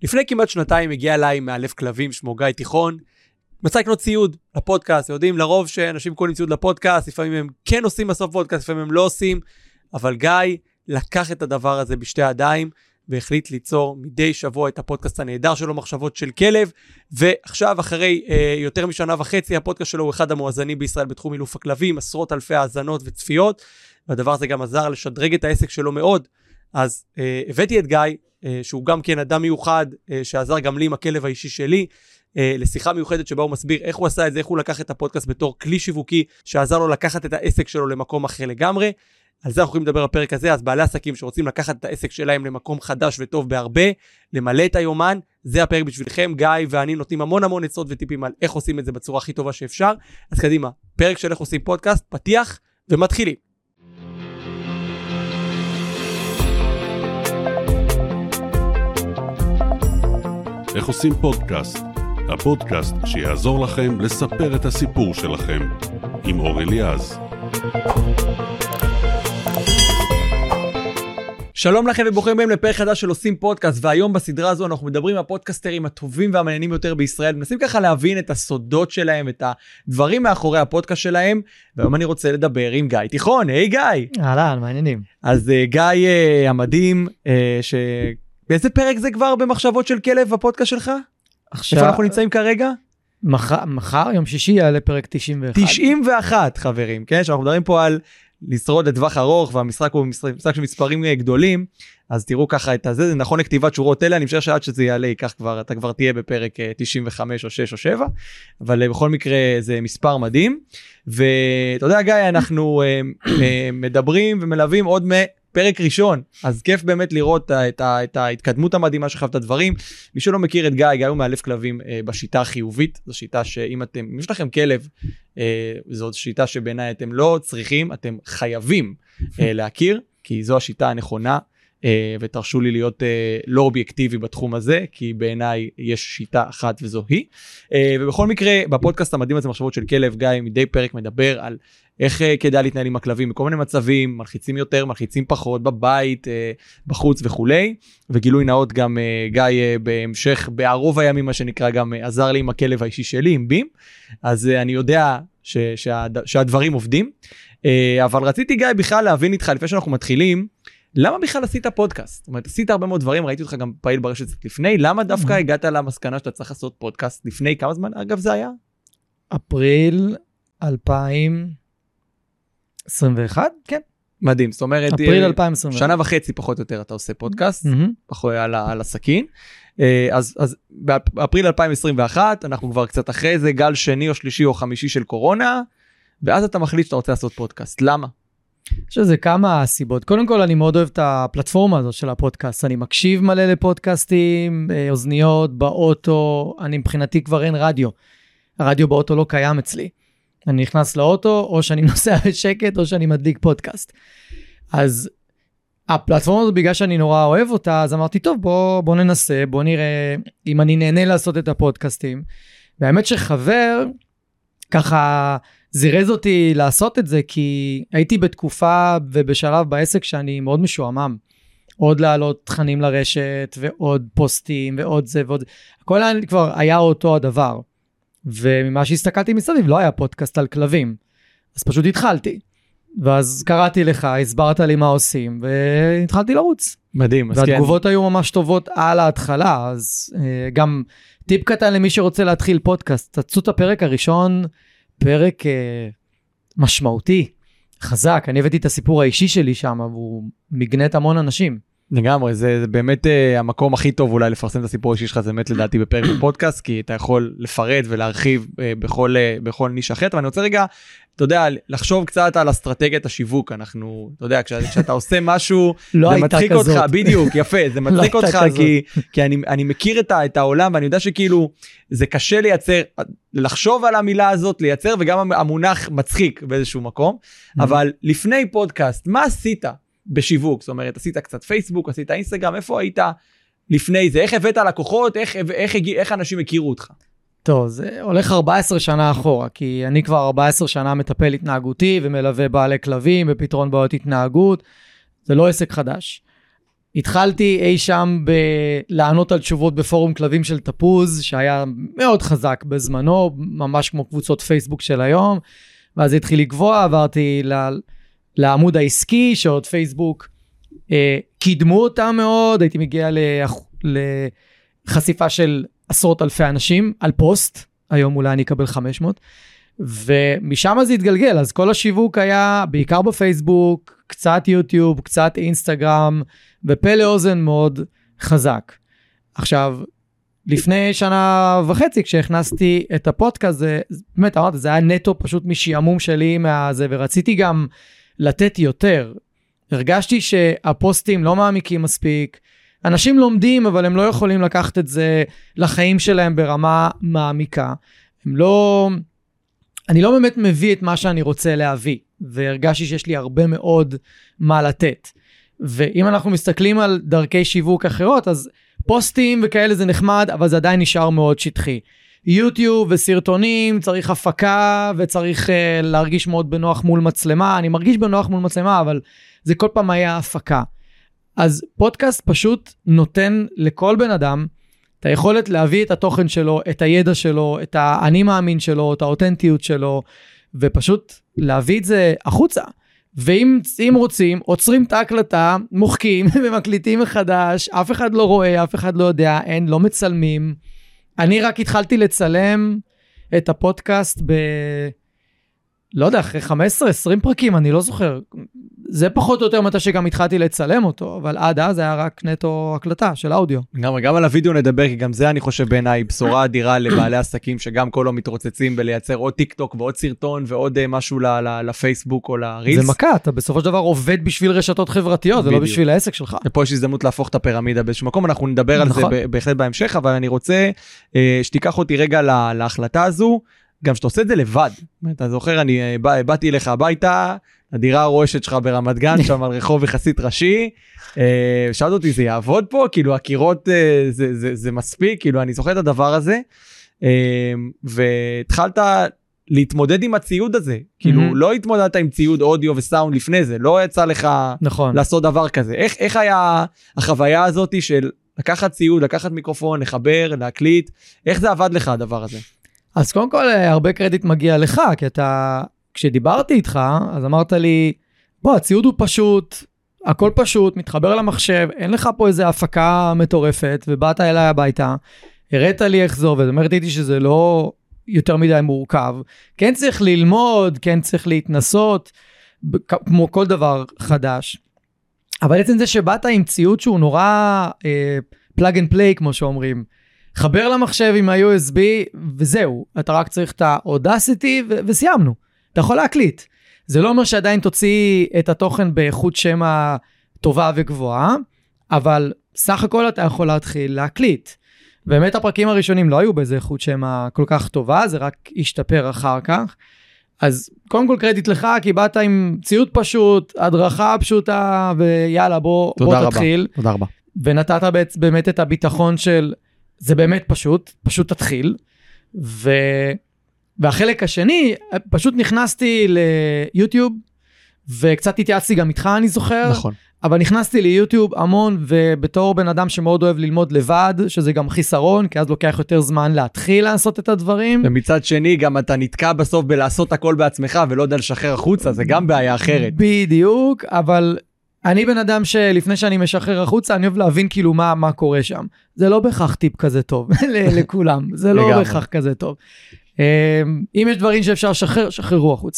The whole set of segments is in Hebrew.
לפני כמעט שנתיים הגיע אליי מאלף כלבים שמו גיא תיכון, מצא לקנות ציוד לפודקאסט. יודעים לרוב שאנשים קונים ציוד לפודקאסט, לפעמים הם כן עושים בסוף פודקאסט, לפעמים הם לא עושים, אבל גיא לקח את הדבר הזה בשתי ידיים, והחליט ליצור מדי שבוע את הפודקאסט הנהדר שלו, מחשבות של כלב, ועכשיו אחרי יותר משנה וחצי, הפודקאסט שלו הוא אחד המואזנים בישראל בתחום אילוף הכלבים, עשרות אלפי האזנות וצפיות, והדבר הזה גם עזר לשדרג את העסק שלו מאוד. אז הבאתי את גיא, שהוא גם כן אדם מיוחד, שעזר גם לי עם הכלב האישי שלי, לשיחה מיוחדת שבה הוא מסביר איך הוא עשה את זה, איך הוא לקח את הפודקאסט בתור כלי שיווקי, שעזר לו לקחת את העסק שלו למקום אחר לגמרי. על זה אנחנו יכולים לדבר בפרק הזה. אז בעלי עסקים שרוצים לקחת את העסק שלהם למקום חדש וטוב בהרבה, למלא את היומן, זה הפרק בשבילכם. גיא ואני נותנים המון עצות וטיפים על איך עושים את זה בצורה הכי טובה שאפשר. אז קדימה, פרק של איך עושים פודקאסט, פתיח ומתחילים. איך עושים פודקאסט? הפודקאסט שיעזור לכם לספר את הסיפור שלכם עם אור אליעז. שלום לכם וברוכים הבאים לפרק חדש של עושים פודקאסט, והיום בסדרה הזו אנחנו מדברים על הפודקאסטרים הטובים והמעניינים יותר בישראל, מנסים ככה להבין את הסודות שלהם, את הדברים מאחורי הפודקאסט שלהם, והיום אני רוצה לדבר עם גיא תיכון. היי גיא. אהלן, מעניינים. אז גיא המדהים, באיזה פרק זה כבר במחשבות של כלב בפודקאסט שלך? עכשיו... איפה אנחנו נמצאים כרגע? מחר, יום שישי, יעלה פרק 91. 91, חברים, כן? שאנחנו מדברים פה על לשרוד לטווח ארוך, והמשחק הוא משחק של מספרים גדולים, אז תראו ככה את זה, זה נכון לכתיבת שורות אלה, אני חושב שעד שזה יעלה, אתה כבר תהיה בפרק 95 או 6 או 7, אבל בכל מקרה זה מספר מדהים, ואתה יודע גיא, אנחנו מדברים ומלווים עוד פרק ראשון, אז כיף באמת לראות את ההתקדמות המדהימה שלך ואת הדברים. מי שלא מכיר את גיא, גיא הוא מאלף כלבים בשיטה החיובית, זו שיטה שאם יש לכם כלב, זו שיטה שבעיניי אתם לא צריכים, אתם חייבים להכיר, כי זו השיטה הנכונה, ותרשו לי להיות לא אובייקטיבי בתחום הזה, כי בעיניי יש שיטה אחת וזו היא. ובכל מקרה, בפודקאסט המדהים הזה, מחשבות של כלב, גיא מדי פרק מדבר על איך כדאי להתנהל עם הכלבים בכל מיני מצבים, מלחיצים יותר, מלחיצים פחות, בבית, בחוץ וכולי. וגילוי נאות גם גיא בהמשך, בערוב הימים מה שנקרא, גם עזר לי עם הכלב האישי שלי, עם בים. אז אני יודע שהדברים עובדים. אבל רציתי גיא בכלל להבין איתך, לפני שאנחנו מתחילים, למה בכלל עשית פודקאסט? זאת אומרת, עשית הרבה מאוד דברים, ראיתי אותך גם פעיל ברשת לפני, למה דווקא הגעת למסקנה שאתה צריך לעשות פודקאסט לפני כמה זמן? אגב, זה היה? אפריל 2021, כן. מדהים, זאת אומרת, אפריל 2021. שנה וחצי פחות או יותר אתה עושה פודקאסט, על הסכין. אז באפריל 2021, אנחנו כבר קצת אחרי זה, גל שני או שלישי או חמישי של קורונה, ואז אתה מחליט שאתה רוצה לעשות פודקאסט. למה? יש לזה כמה סיבות. קודם כל, אני מאוד אוהב את הפלטפורמה הזאת של הפודקאסט. אני מקשיב מלא לפודקאסטים, אוזניות, באוטו. אני מבחינתי כבר אין רדיו. הרדיו באוטו לא קיים אצלי. אני נכנס לאוטו, או שאני נוסע בשקט, או שאני מדליק פודקאסט. אז הפלטפורמה הזאת, בגלל שאני נורא אוהב אותה, אז אמרתי, טוב, בוא ננסה, בוא נראה אם אני נהנה לעשות את הפודקאסטים. והאמת שחבר, ככה זירז אותי לעשות את זה, כי הייתי בתקופה ובשלב בעסק שאני מאוד משועמם. עוד לעלות תכנים לרשת, ועוד פוסטים, ועוד זה ועוד זה. הכל כבר היה אותו הדבר. וממה שהסתכלתי מסביב, לא היה פודקאסט על כלבים. אז פשוט התחלתי. ואז קראתי לך, הסברת לי מה עושים, והתחלתי לרוץ. מדהים. והתגובות היו ממש טובות על ההתחלה, אז גם טיפ קטן למי שרוצה להתחיל פודקאסט, תצאו את הפרק הראשון, פרק משמעותי, חזק. אני הבאתי את הסיפור האישי שלי שם, והוא מגנט המון אנשים. לגמרי, זה באמת המקום הכי טוב אולי לפרסם את הסיפור האישי שלך, זה באמת לדעתי בפרק בפודקאסט, כי אתה יכול לפרט ולהרחיב בכל ניש אחרת, אבל אני רוצה רגע, אתה יודע, לחשוב קצת על אסטרטגיית השיווק. אנחנו, אתה יודע, כשאתה עושה משהו, זה מצחיק אותך, בדיוק, יפה, זה מצחיק אותך, כי אני מכיר את העולם, ואני יודע שכאילו, זה קשה לייצר, לחשוב על המילה הזאת, לייצר, וגם המונח מצחיק באיזשהו מקום, אבל לפני פודקאסט, מה עשית בשיווק? זאת אומרת, עשית קצת פייסבוק, עשית אינסטגרם, איפה היית לפני זה? איך הבאת לקוחות? איך אנשים הכירו אותך? טוב, זה הולך 14 שנה אחורה, כי אני כבר 14 שנה מטפל התנהגותי, ומלווה בעלי כלבים, בפתרון בעיות התנהגות. זה לא עסק חדש. התחלתי אי שם לענות על תשובות בפורום כלבים של תפוז, שהיה מאוד חזק בזמנו, ממש כמו קבוצות פייסבוק של היום, ואז התחיל לגבוה, עברתי לעמוד העסקי, שעוד פייסבוק קידמו אותה מאוד, הייתי מגיע לחשיפה של עשרות אלפי אנשים על פוסט, היום אולי אני אקבל 500, ומשם זה התגלגל, אז כל השיווק היה בעיקר בפייסבוק, קצת יוטיוב, קצת אינסטגרם, ופה לאוזן מאוד חזק. עכשיו, לפני שנה וחצי, כשהכנסתי את הפודקאסט, זה, באמת אמרתי, זה היה נטו פשוט משעמום שלי מהזה, ורציתי גם לתת יותר. הרגשתי שהפוסטים לא מעמיקים מספיק, אנשים לומדים, אבל הם לא יכולים לקחת את זה לחיים שלהם ברמה מעמיקה. אני לא באמת מביא את מה שאני רוצה להביא, והרגשתי שיש לי הרבה מאוד מה לתת. ואם אנחנו מסתכלים על דרכי שיווק אחרות, אז פוסטים וכאלה זה נחמד, אבל זה עדיין נשאר מאוד שטחי. יוטיוב וסרטונים, צריך הפקה, וצריך להרגיש מאוד בנוח מול מצלמה. אני מרגיש בנוח מול מצלמה, אבל זה כל פעם היה הפקה. אז פודקאסט פשוט נותן לכל בן אדם את היכולת להביא את התוכן שלו, את הידע שלו, את האני מאמין שלו, את האותנטיות שלו, ופשוט להביא את זה החוצה. ואם רוצים, עוצרים את ההקלטה, מוחקים ומקליטים מחדש, אף אחד לא רואה, אף אחד לא יודע, לא מצלמים. אני רק התחלתי לצלם את הפודקאסט לא יודע, אחרי 15-20 פרקים, אני לא זוכר. זה פחות או יותר מתי שגם התחלתי לצלם אותו, אבל עד אז היה רק נטו הקלטה של אודיו. גם על הוידאו נדבר, כי גם זה אני חושב בעיניי בשורה אדירה לבעלי עסקים, שגם כל לא מתרוצצים בלייצר עוד טיק טוק ועוד סרטון ועוד משהו לפייסבוק או לרילס. זה מכה, אתה בסופו של דבר עובד בשביל רשתות חברתיות, ולא בשביל העסק שלך. ופה יש הזדמנות להפוך את הפירמידה באיזשהו מקום, אנחנו נדבר על זה בהחלט בהמשך, אבל אני רוצה שתיקח אותי רגע להחלטה הזו, גם שאתה עושה את זה לבד. אתה זוכר, אני באתי אליך הביתה, הדירה הרועשת שלך ברמת גן, שם על רחוב יחסית ראשי, שאלת אותי, זה יעבוד פה? כאילו, הקירות זה מספיק? כאילו, אני זוכר את הדבר הזה, והתחלת להתמודד עם הציוד הזה. כאילו, לא התמודדת עם ציוד אודיו וסאונד לפני זה, לא יצא לך לעשות דבר כזה. איך היה החוויה הזאת של לקחת ציוד, לקחת מיקרופון, לחבר, להקליט? איך זה עבד לך הדבר הזה? אז קודם כל, הרבה קרדיט מגיע לך, כי כשדיברתי איתך, אז אמרת לי, בוא, הציוד הוא פשוט, הכל פשוט, מתחבר למחשב, אין לך פה איזו הפקה מטורפת, ובאת אליי הביתה, הראת לי איך זה עובד, אומרת איתי שזה לא יותר מדי מורכב, כן צריך ללמוד, כן צריך להתנסות, כמו כל דבר חדש, אבל עצם זה שבאת עם ציוד שהוא נורא פלאג אנד פליי, כמו שאומרים, חבר למחשב עם ה-USB, וזהו, אתה רק צריך את ה-Audacity, וסיימנו. אתה יכול להקליט. זה לא אומר שעדיין תוציא את התוכן באיכות שמע טובה וגבוהה, אבל סך הכל אתה יכול להתחיל להקליט. באמת הפרקים הראשונים לא היו באיזה איכות שמע כל כך טובה, זה רק ישתפר אחר כך. אז קודם כל קרדיט לך, כי באת עם ציוד פשוט, הדרכה פשוטה, ויאללה, בוא תתחיל. תודה רבה. ונתת באמת את הביטחון של, זה באמת פשוט תתחיל. והחלק השני, פשוט נכנסתי ליוטיוב, וקצת התייעצתי גם איתך, אני זוכר. נכון. אבל נכנסתי ליוטיוב המון, ובתור בן אדם שמאוד אוהב ללמוד לבד, שזה גם חיסרון, כי אז לוקח יותר זמן להתחיל לעשות את הדברים. ומצד שני, גם אתה נתקע בסוף בלעשות הכל בעצמך, ולא יודע לשחרר החוצה, זה גם בעיה אחרת. בדיוק, אבל אני בן אדם שלפני שאני משחרר החוצה, אני אוהב להבין כאילו מה קורה שם. זה לא בהכרח טיפ כזה טוב, לכולם. זה לא בהכרח כזה טוב. אם יש דברים שאפשר לשחרר, שחררו החוצה.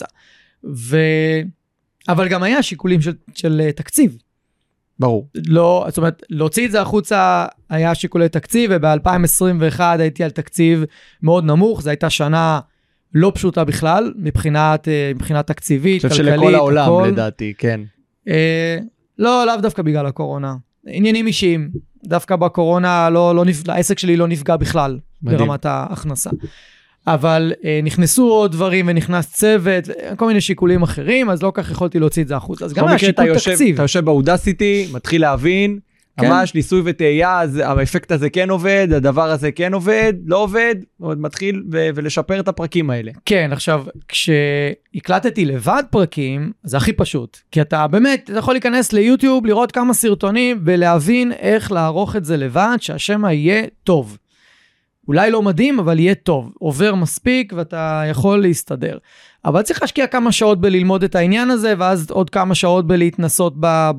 אבל גם היה שיקולים של תקציב. ברור. זאת אומרת, להוציא את זה החוצה היה שיקולי תקציב, וב-2021 הייתי על תקציב מאוד נמוך, זו הייתה שנה לא פשוטה בכלל, מבחינת תקציבית, כלכלית, הכל. אני חושב שלכל העולם, לדעתי, כן. לאו דווקא בגלל הקורונה. עניינים אישיים, דווקא בקורונה העסק שלי לא נפגע בכלל, ברמת ההכנסה. אבל נכנסו עוד דברים ונכנס צוות, כל מיני שיקולים אחרים, אז לא כך יכולתי להוציא את זה החוץ. אז גם היה שיקול תקציב. אתה יושב באודסיטי, מתחיל להבין, ממש ניסוי וטעייה, האפקט הזה כן עובד, הדבר הזה כן עובד, לא עובד, עוד מתחיל ולשפר את הפרקים האלה. כן, עכשיו, כשהקלטתי לבד פרקים, זה הכי פשוט, כי אתה באמת, אתה יכול להיכנס ליוטיוב, לראות כמה סרטונים, ולהבין איך לערוך את זה לבד, שהשם יהיה טוב. אולי לא מדהים, אבל יהיה טוב. עובר מספיק, ואתה יכול להסתדר. אבל צריך להשקיע כמה שעות בללמוד את העניין הזה, ואז עוד כמה שעות בלהתנסות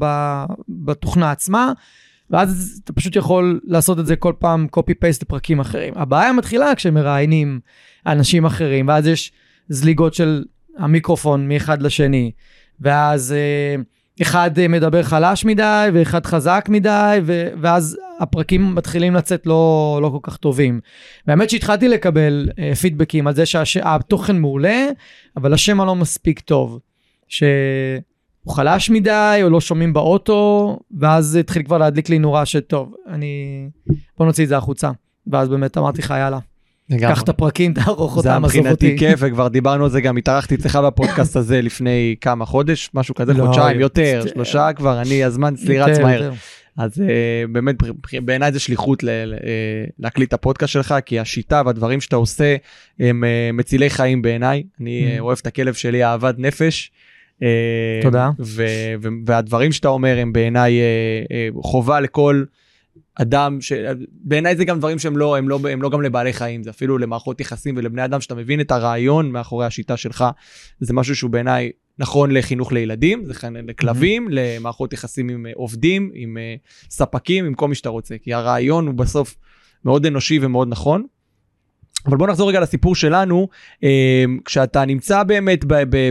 בתוכנה עצמה, ואז אתה פשוט יכול לעשות את זה כל פעם copy-paste לפרקים אחרים. הבעיה מתחילה כשמראיינים אנשים אחרים, ואז יש זליגות של המיקרופון מאחד לשני, ואז אחד מדבר חלש מדי, ואחד חזק מדי, ואז הפרקים מתחילים לצאת לא כל כך טובים. והאמת שהתחלתי לקבל פידבקים על זה שהתוכן מעולה, אבל השם לא מספיק טוב. שהוא חלש מדי, או לא שומעים באוטו, ואז התחיל כבר להדליק לי נורה שטוב, בוא נוציא את זה החוצה. ואז באמת אמרתי לך, יאללה. קח את הפרקים, תערוך אותם, עזוב אותי. זה מבחינתי כיף, וכבר דיברנו על זה, גם התארחתי אצלך בפודקאסט הזה לפני כמה חודש, משהו כזה, חודשיים, יותר, 3 כבר, הזמן אצלי רץ מהר. אז באמת, בעיניי זה שליחות להקליט את הפודקאסט שלך, כי השיטה והדברים שאתה עושה, הם מצילי חיים בעיניי. אני אוהב את הכלב שלי, אהבת נפש. תודה. והדברים שאתה אומר, הם בעיניי חובה לכל אדם, בעיניי זה גם דברים שהם לא גם לבעלי חיים, זה אפילו למערכות יחסים ולבני אדם, שאתה מבין את הרעיון מאחורי השיטה שלך, זה משהו שהוא בעיניי נכון לחינוך לילדים, זה לכלבים, למערכות יחסים עם עובדים, עם ספקים, עם כל מי שאתה רוצה, כי הרעיון הוא בסוף מאוד אנושי ומאוד נכון. אבל בוא נחזור רגע לסיפור שלנו, כשאתה נמצא באמת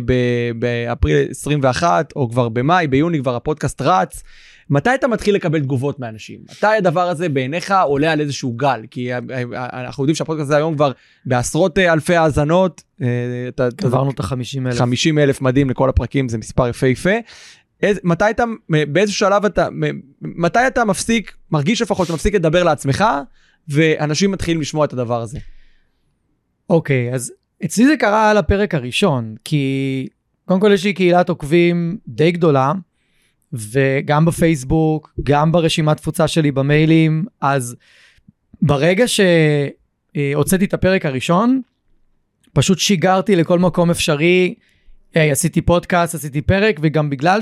באפריל 21, או כבר במאי, ביוני כבר הפודקאסט רץ, מתי אתה מתחיל לקבל תגובות מאנשים? מתי הדבר הזה בעיניך עולה על איזשהו גל? כי אנחנו יודעים שהפודקאסט הזה היום כבר בעשרות אלפי האזנות. עברנו את ה-50,000. 50,000 מדהים לכל הפרקים, זה מספר יפה. מתי אתה, באיזה שלב מתי אתה מפסיק, מרגיש לפחות, מפסיק לדבר לעצמך, ואנשים מתחילים לשמוע את הדבר הזה? אוקיי, אז אצלי זה קרה על הפרק הראשון, כי קודם כל יש לי קהילת עוקבים די גדולה, וגם בפייסבוק, גם ברשימת תפוצה שלי במיילים, אז ברגע שהוצאתי את הפרק הראשון, פשוט שיגרתי לכל מקום אפשרי, עשיתי פודקאסט, עשיתי פרק, וגם בגלל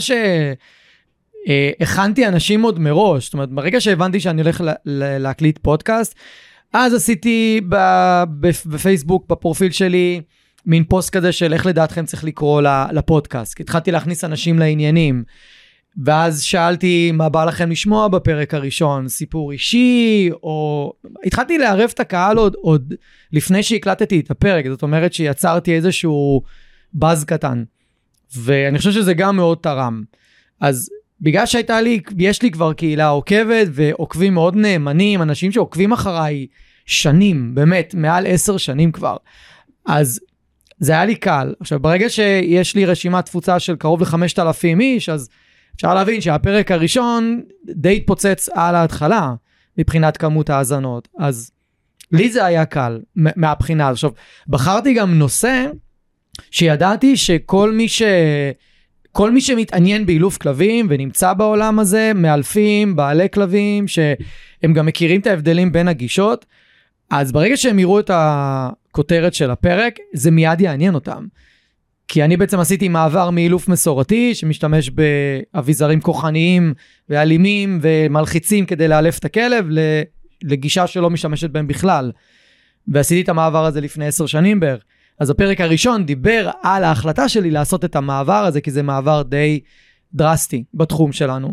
שהכנתי אנשים עוד מראש, זאת אומרת, ברגע שהבנתי שאני הולך להקליט פודקאסט, אז עשיתי בפייסבוק, בפרופיל שלי, מין פוסט כזה של איך לדעתכם צריך לקרוא לפודקאסט, כי התחלתי להכניס אנשים לעניינים, ואז שאלתי מה בא לכם לשמוע בפרק הראשון, סיפור אישי, או התחלתי לערב את הקהל עוד לפני שהקלטתי את הפרק, זאת אומרת שיצרתי איזשהו באז קטן, ואני חושב שזה גם מאוד תרם. אז בגלל יש לי כבר קהילה עוקבת, ועוקבים מאוד נאמנים, אנשים שעוקבים אחריי שנים, באמת, מעל 10 שנים כבר, אז זה היה לי קל. עכשיו, ברגע שיש לי רשימת תפוצה של קרוב ל5,000 איש, אז אפשר להבין שהפרק הראשון די התפוצץ על ההתחלה, מבחינת כמות האזנות. אז לי זה היה קל מהבחינה. עכשיו, בחרתי גם נושא שידעתי שכל מי שמתעניין באילוף כלבים ונמצא בעולם הזה, מאלפים, בעלי כלבים, שהם גם מכירים את ההבדלים בין הגישות, אז ברגע שהם יראו את הכותרת של הפרק, זה מיד יעניין אותם. כי אני בעצם עשיתי מעבר מאילוף מסורתי, שמשתמש באביזרים כוחניים ואלימים ומלחיצים כדי לאלף את הכלב, לגישה שלא משתמשת בהם בכלל. ועשיתי את המעבר הזה לפני 10 שנים בערך. אז הפרק הראשון דיבר על ההחלטה שלי לעשות את המעבר הזה, כי זה מעבר די דרסטי בתחום שלנו.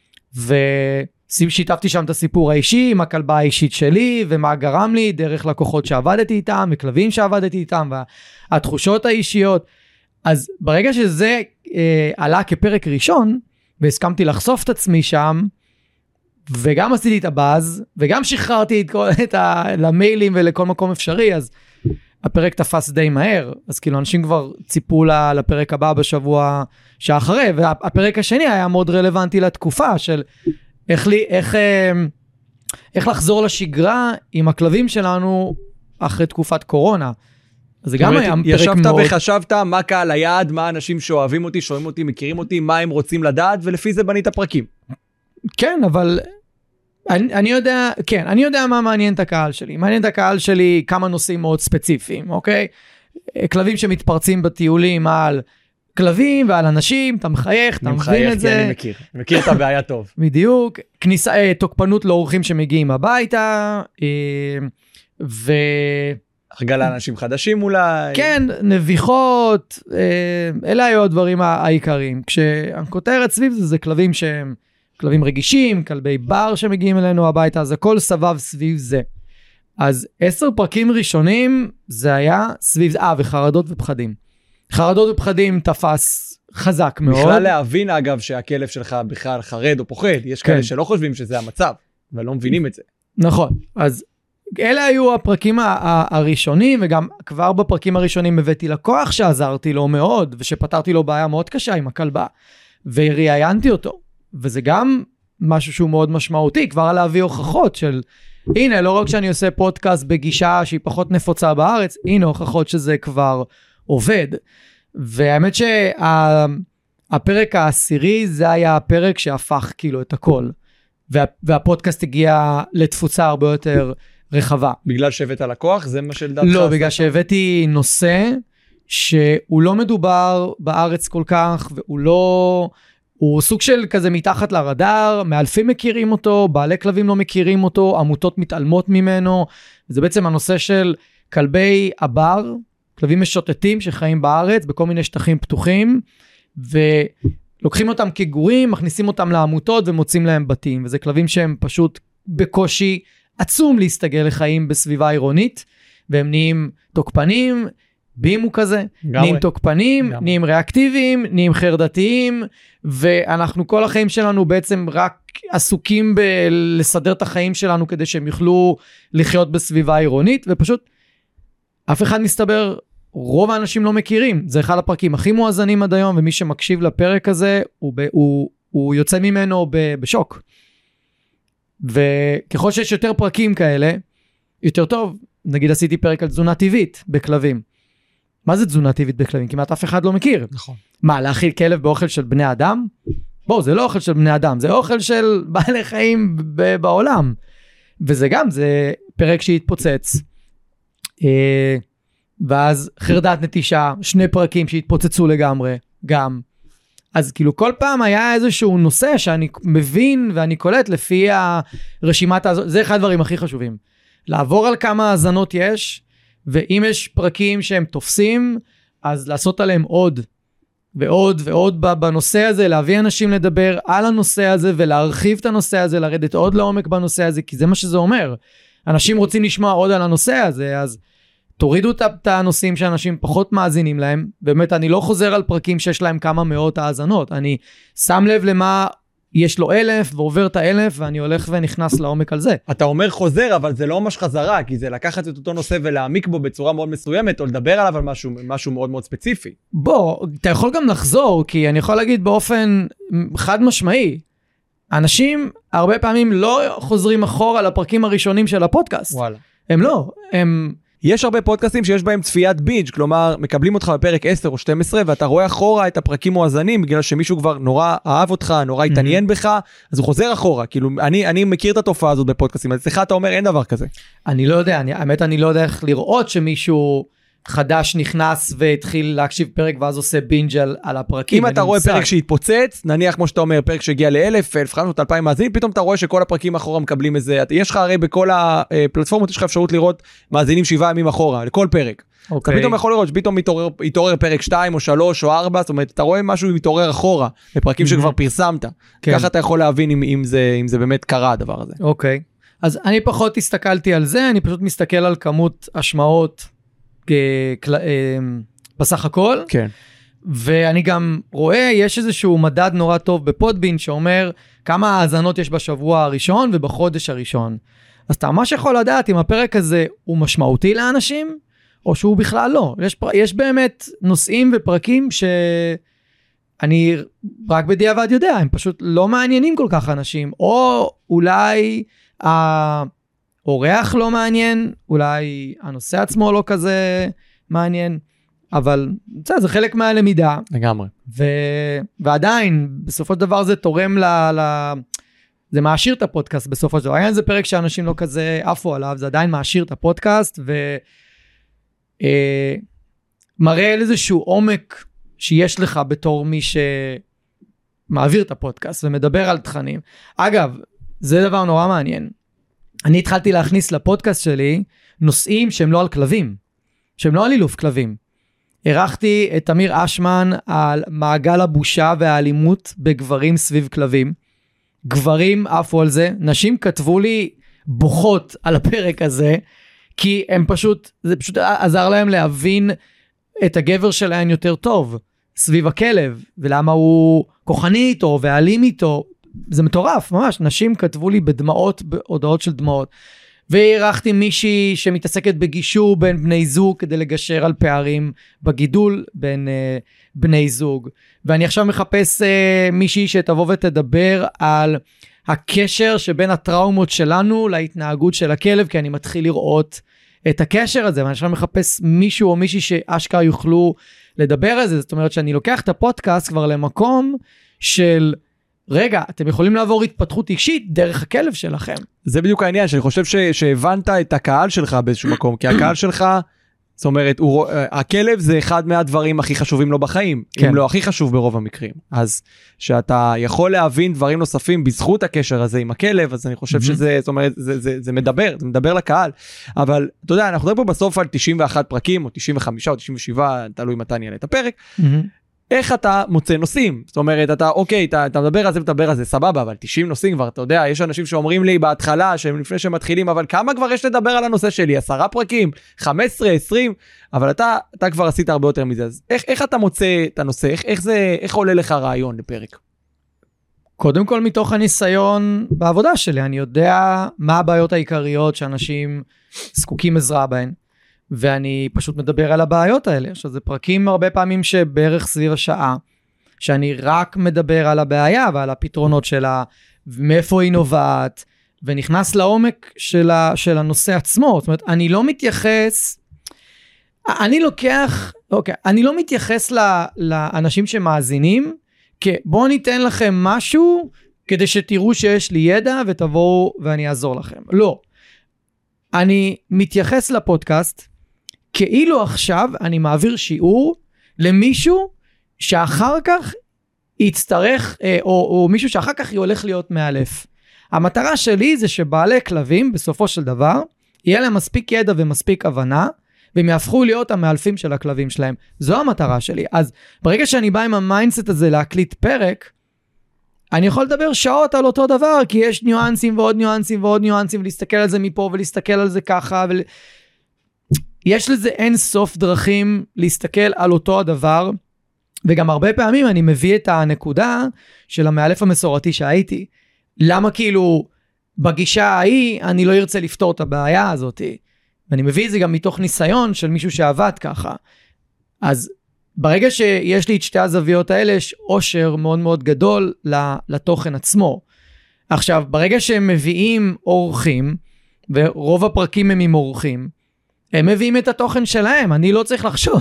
ושיתפתי שם את הסיפור האישי, עם הכלבה האישית שלי, ומה גרם לי, דרך לקוחות שעבדתי איתם, וכלבים שעבדתי איתם, והתחושות האישיות. אז ברגע שזה עלה כפרק ראשון, והסכמתי לחשוף את עצמי שם, וגם עשיתי את הבאז, וגם שחררתי למיילים ולכל מקום אפשרי, אז הפרק תפס די מהר, אז כאילו אנשים כבר ציפו לפרק הבא בשבוע שאחרי, והפרק השני היה מאוד רלוונטי לתקופה של איך לחזור לשגרה עם הכלבים שלנו אחרי תקופת קורונה. אז זה גם היה פרק מאוד... ישבת וחשבת מה קהל היעד, מה אנשים שאוהבים אותי, שומעים אותי, מכירים אותי, מה הם רוצים לדעת, ולפי זה בנית פרקים. כן, אבל אני יודע, כן, אני יודע מה מעניין את הקהל שלי. מעניין את הקהל שלי כמה נושאים מאוד ספציפיים, אוקיי? כלבים שמתפרצים בטיולים על כלבים ועל אנשים, אתה מחייך, אתה מבין את זה. אני מכיר את הבעיה טוב. בדיוק. תוקפנות לאורחים שמגיעים הביתה, החגה לאנשים חדשים אולי. כן, נביחות, אלה היו הדברים העיקריים. כשהכותרת סביב זה, זה כלבים שהם כלבים רגישים, כלבי בר שמגיעים אלינו הביתה, אז הכל סבב סביב זה. אז 10 פרקים ראשונים זה היה סביב זה, וחרדות ופחדים. חרדות ופחדים תפס חזק מאוד. בכלל להבין אגב שהכלב שלך בכלל חרד או פוחד, יש כאלה שלא חושבים שזה המצב, ולא מבינים את זה. נכון, אז אלה היו הפרקים הראשונים, וגם כבר בפרקים הראשונים הבאתי לקוח שעזרתי לו מאוד, ושפתרתי לו בעיה מאוד קשה עם הכלבה, וראיינתי אותו, וזה גם משהו שהוא מאוד משמעותי, כבר להביא הוכחות של, הנה, לא רק שאני עושה פודקאסט בגישה שהיא פחות נפוצה בארץ, הנה הוכחות שזה כבר עובד. והאמת שהפרק העשירי זה היה הפרק שהפך כאילו את הכל, והפודקאסט הגיע לתפוצה הרבה יותר רחבה. בגלל שהבאת לקוח? זה מה שלדעתך? לא, בגלל שהבאתי נושא שהוא לא מדובר בארץ כל כך, והוא לא, הוא סוג של כזה מתחת לרדאר, מאלפים מכירים אותו, בעלי כלבים לא מכירים אותו, עמותות מתעלמות ממנו, זה בעצם הנושא של כלבי הבר, כלבים משוטטים שחיים בארץ, בכל מיני שטחים פתוחים, ולוקחים אותם כגורים, מכניסים אותם לעמותות ומוצאים להם בתים, וזה כלבים שהם פשוט בקושי עצום להסתגל לחיים בסביבה עירונית, והם נהיים תוקפנים, בימו כזה, נהיים תוקפנים, נהיים ריאקטיביים, נהיים חרדתיים, ואנחנו כל החיים שלנו בעצם רק עסוקים בלסדר את החיים שלנו, כדי שהם יוכלו לחיות בסביבה עירונית, ופשוט אף אחד מסתבר, רוב האנשים לא מכירים, זה אחד הפרקים הכי מואזנים עד היום, ומי שמקשיב לפרק הזה, הוא יוצא ממנו בשוק. וככל שיש יותר פרקים כאלה, יותר טוב, נגיד עשיתי פרק על תזונה טבעית בכלבים. מה זה תזונה טבעית בכלבים? כמעט אף אחד לא מכיר. נכון. מה, להאכיל כלב באוכל של בני אדם? בואו, זה לא אוכל של בני אדם, זה אוכל של בעלי חיים בעולם. וזה גם, זה פרק שהתפוצץ. ואז חרדת נטישה, 2 פרקים שהתפוצצו לגמרי, גם. אז כאילו כל פעם היה איזשהו נושא שאני מבין ואני קולט לפי הרשימת, זה אחד הדברים הכי חשובים. לעבור על כמה האזנות יש, ואם יש פרקים שהם תופסים, אז לעשות עליהם עוד ועוד ועוד בנושא הזה, להביא אנשים לדבר על הנושא הזה, ולהרחיב את הנושא הזה, לרדת עוד לעומק בנושא הזה, כי זה מה שזה אומר. אנשים רוצים לשמוע עוד על הנושא הזה, אז תורידו את הנושאים שאנשים פחות מאזינים להם, באמת אני לא חוזר על פרקים שיש להם כמה מאות האזנות, אני שם לב למה יש לו 1,000 ועובר את 1,000 ואני הולך ונכנס לעומק על זה. אתה אומר חוזר, אבל זה לא ממש חזרה, כי זה לקחת את אותו נושא ולהעמיק בו בצורה מאוד מסוימת, או לדבר עליו על משהו מאוד מאוד ספציפי. בוא, אתה יכול גם לחזור, כי אני יכול להגיד באופן חד משמעי, אנשים הרבה פעמים לא חוזרים אחורה לפרקים הראשונים של הפודקאסט. וואלה. הם לא, יש הרבה פודקאסטים שיש בהם צפיית בינג', כלומר, מקבלים אותך בפרק 10 או 12, ואתה רואה אחורה את הפרקים מואזנים, בגלל שמישהו כבר נורא אהב אותך, נורא התעניין בך, אז הוא חוזר אחורה. כאילו, אני מכיר את התופעה הזאת בפודקאסטים, אז אצלך אתה אומר, אין דבר כזה. אני לא יודע, האמת אני לא יודע איך לראות שמישהו חדש נכנס והתחיל להקשיב פרק, ואז עושה בינג' על הפרקים. אם אתה רואה פרק שהתפוצץ, נניח כמו שאתה אומר, פרק שהגיע ל1,000, 1,500, 2,000 מאזינים, פתאום אתה רואה שכל הפרקים אחורה מקבלים איזה, יש לך הרי בכל הפלטפורמות, יש לך אפשרות לראות מאזינים 7 ימים אחורה, לכל פרק. אתה פתאום יכול לראות שפתאום מתעורר פרק 2 או 3 או 4, זאת אומרת, אתה רואה משהו מתעורר אחורה, בפרקים שכבר פרסמת. ככה אתה יכול להבין אם זה באמת קרה הדבר הזה. אוקיי. אז אני פחות הסתכלתי על זה, אני פשוט מסתכל על כמות השמעות בסך הכל. כן. ואני גם רואה, יש איזשהו מדד נורא טוב בפודבין שאומר כמה האזנות יש בשבוע הראשון ובחודש הראשון. אז אתה ממש יכול לדעת אם הפרק הזה הוא משמעותי לאנשים, או שהוא בכלל לא. יש באמת נושאים ופרקים שאני רק בדיעבד יודע, הם פשוט לא מעניינים כל כך אנשים, או אולי האורח לא מעניין, אולי הנושא עצמו לא כזה מעניין, אבל זה חלק מהלמידה. לגמרי. ועדיין, בסופו של דבר זה תורם זה מעשיר את הפודקאסט בסופו של דבר. היה איזה פרק שאנשים לא כזה עפו עליו, זה עדיין מעשיר את הפודקאסט, מראה איזשהו עומק שיש לך בתור מי שמעביר את הפודקאסט ומדבר על תכנים. אגב, זה דבר נורא מעניין. אני התחלתי להכניס לפודקאסט שלי נושאים שהם לא על כלבים, שהם לא על אילוף כלבים. ערכתי את אמיר אשמן על מעגל הבושה והאלימות בגברים סביב כלבים. גברים עפו על זה, נשים כתבו לי בוכות על הפרק הזה, כי הם פשוט, זה פשוט עזר להם להבין את הגבר שלהם יותר טוב, סביב הכלב, ולמה הוא כוחני איתו ואלים איתו, זה מטורף, ממש, נשים כתבו לי בדמעות, בהודעות של דמעות, והערכתי מישהי שמתעסקת בגישור בין בני זוג, כדי לגשר על פערים בגידול בין בני זוג, ואני עכשיו מחפש מישהי שתבוא ותדבר על הקשר שבין הטראומות שלנו להתנהגות של הכלב, כי אני מתחיל לראות את הקשר הזה, ואני עכשיו מחפש מישהו או מישהי שאשכרה יוכלו לדבר על זה. זאת אומרת שאני לוקח את הפודקאסט כבר למקום של, רגע, אתם יכולים לעבור התפתחות אישית דרך הכלב שלכם. זה בדיוק העניין, שאני חושב שהבנת את הקהל שלך באיזשהו מקום, כי הקהל שלך, זאת אומרת, הכלב זה אחד מהדברים הכי חשובים לו בחיים, אם לא הכי חשוב ברוב המקרים. אז שאתה יכול להבין דברים נוספים בזכות הקשר הזה עם הכלב, אז אני חושב שזה, זאת אומרת, זה מדבר לקהל. אבל אתה יודע, אנחנו מדברים פה בסוף על 91 פרקים, או 95 או 97, תלוי מתי אני אעלה את הפרק. איך אתה מוצא נושאים? זאת אומרת, אתה מדבר על זה ותדבר על זה, סבבה, אבל 90 נושאים כבר, אתה יודע, יש אנשים שאומרים לי בהתחלה, לפני שהם מתחילים, אבל כמה כבר יש לדבר על הנושא שלי? 10 פרקים, 15, 20, אבל אתה כבר עשית הרבה יותר מזה, אז איך אתה מוצא את הנושא? איך עולה לך רעיון לפרק? קודם כל מתוך הניסיון בעבודה שלי, אני יודע מה הבעיות העיקריות שאנשים זקוקים עזרה בהן, ואני פשוט מדבר על הבעיות האלה. עכשיו, זה פרקים הרבה פעמים שבערך סביב השעה, שאני רק מדבר על הבעיה ועל הפתרונות שלה, ומאיפה היא נובעת, ונכנס לעומק של הנושא עצמו. זאת אומרת, אני לא מתייחס, אני לא מתייחס לאנשים שמאזינים, בואו ניתן לכם משהו, כדי שתראו שיש לי ידע, ותבואו ואני אעזור לכם. לא. אני מתייחס לפודקאסט, כאילו עכשיו אני מעביר שיעור למישהו שאחר כך יצטרך, או מישהו שאחר כך הולך להיות מאלף. המטרה שלי זה שבעלי כלבים בסופו של דבר, יהיה להם מספיק ידע ומספיק הבנה, והם יהפכו להיות המאלפים של הכלבים שלהם. זו המטרה שלי. אז ברגע שאני בא עם המיינדסט הזה להקליט פרק, אני יכול לדבר שעות על אותו דבר, כי יש ניואנסים ועוד ניואנסים ועוד ניואנסים, ולהסתכל על זה מפה ולהסתכל על זה ככה, יש לזה אין סוף דרכים להסתכל על אותו הדבר, וגם הרבה פעמים אני מביא את הנקודה של המאלף המסורתי שהייתי. למה כאילו בגישה ההיא אני לא ארצה לפתור את הבעיה הזאת? ואני מביא את זה גם מתוך ניסיון של מישהו שעבד ככה. אז ברגע שיש לי את שתי הזוויות האלה, יש אושר מאוד מאוד גדול לתוכן עצמו. עכשיו, ברגע שהם מביאים אורחים, ורוב הפרקים הם עם אורחים, הם מביאים את התוכן שלהם. אני לא צריך לחשוב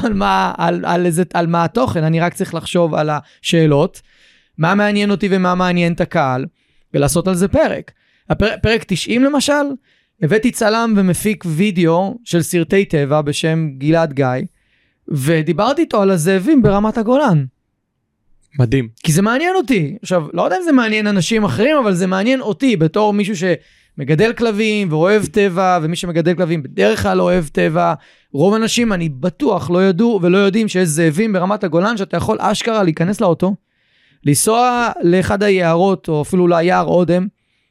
על מה התוכן, אני רק צריך לחשוב על השאלות, מה מעניין אותי ומה מעניין את הקהל, ולעשות על זה פרק. פרק 90 למשל, הבאתי צלם ומפיק וידאו של סרטי טבע בשם גלעד גיא, ודיברתי איתו על הזאבים ברמת הגולן. מדהים. כי זה מעניין אותי. עכשיו, לא יודע אם זה מעניין אנשים אחרים, אבל זה מעניין אותי בתור מישהו שמגדל כלבים ואוהב טבע, ומי שמגדל כלבים בדרך כלל אוהב טבע. רוב אנשים, אני בטוח, לא ידעו ולא יודעים שיש זאבים ברמת הגולן, שאתה יכול אשכרה להיכנס לאוטו, לנסוע לאחד היערות, או אפילו ליער אודם,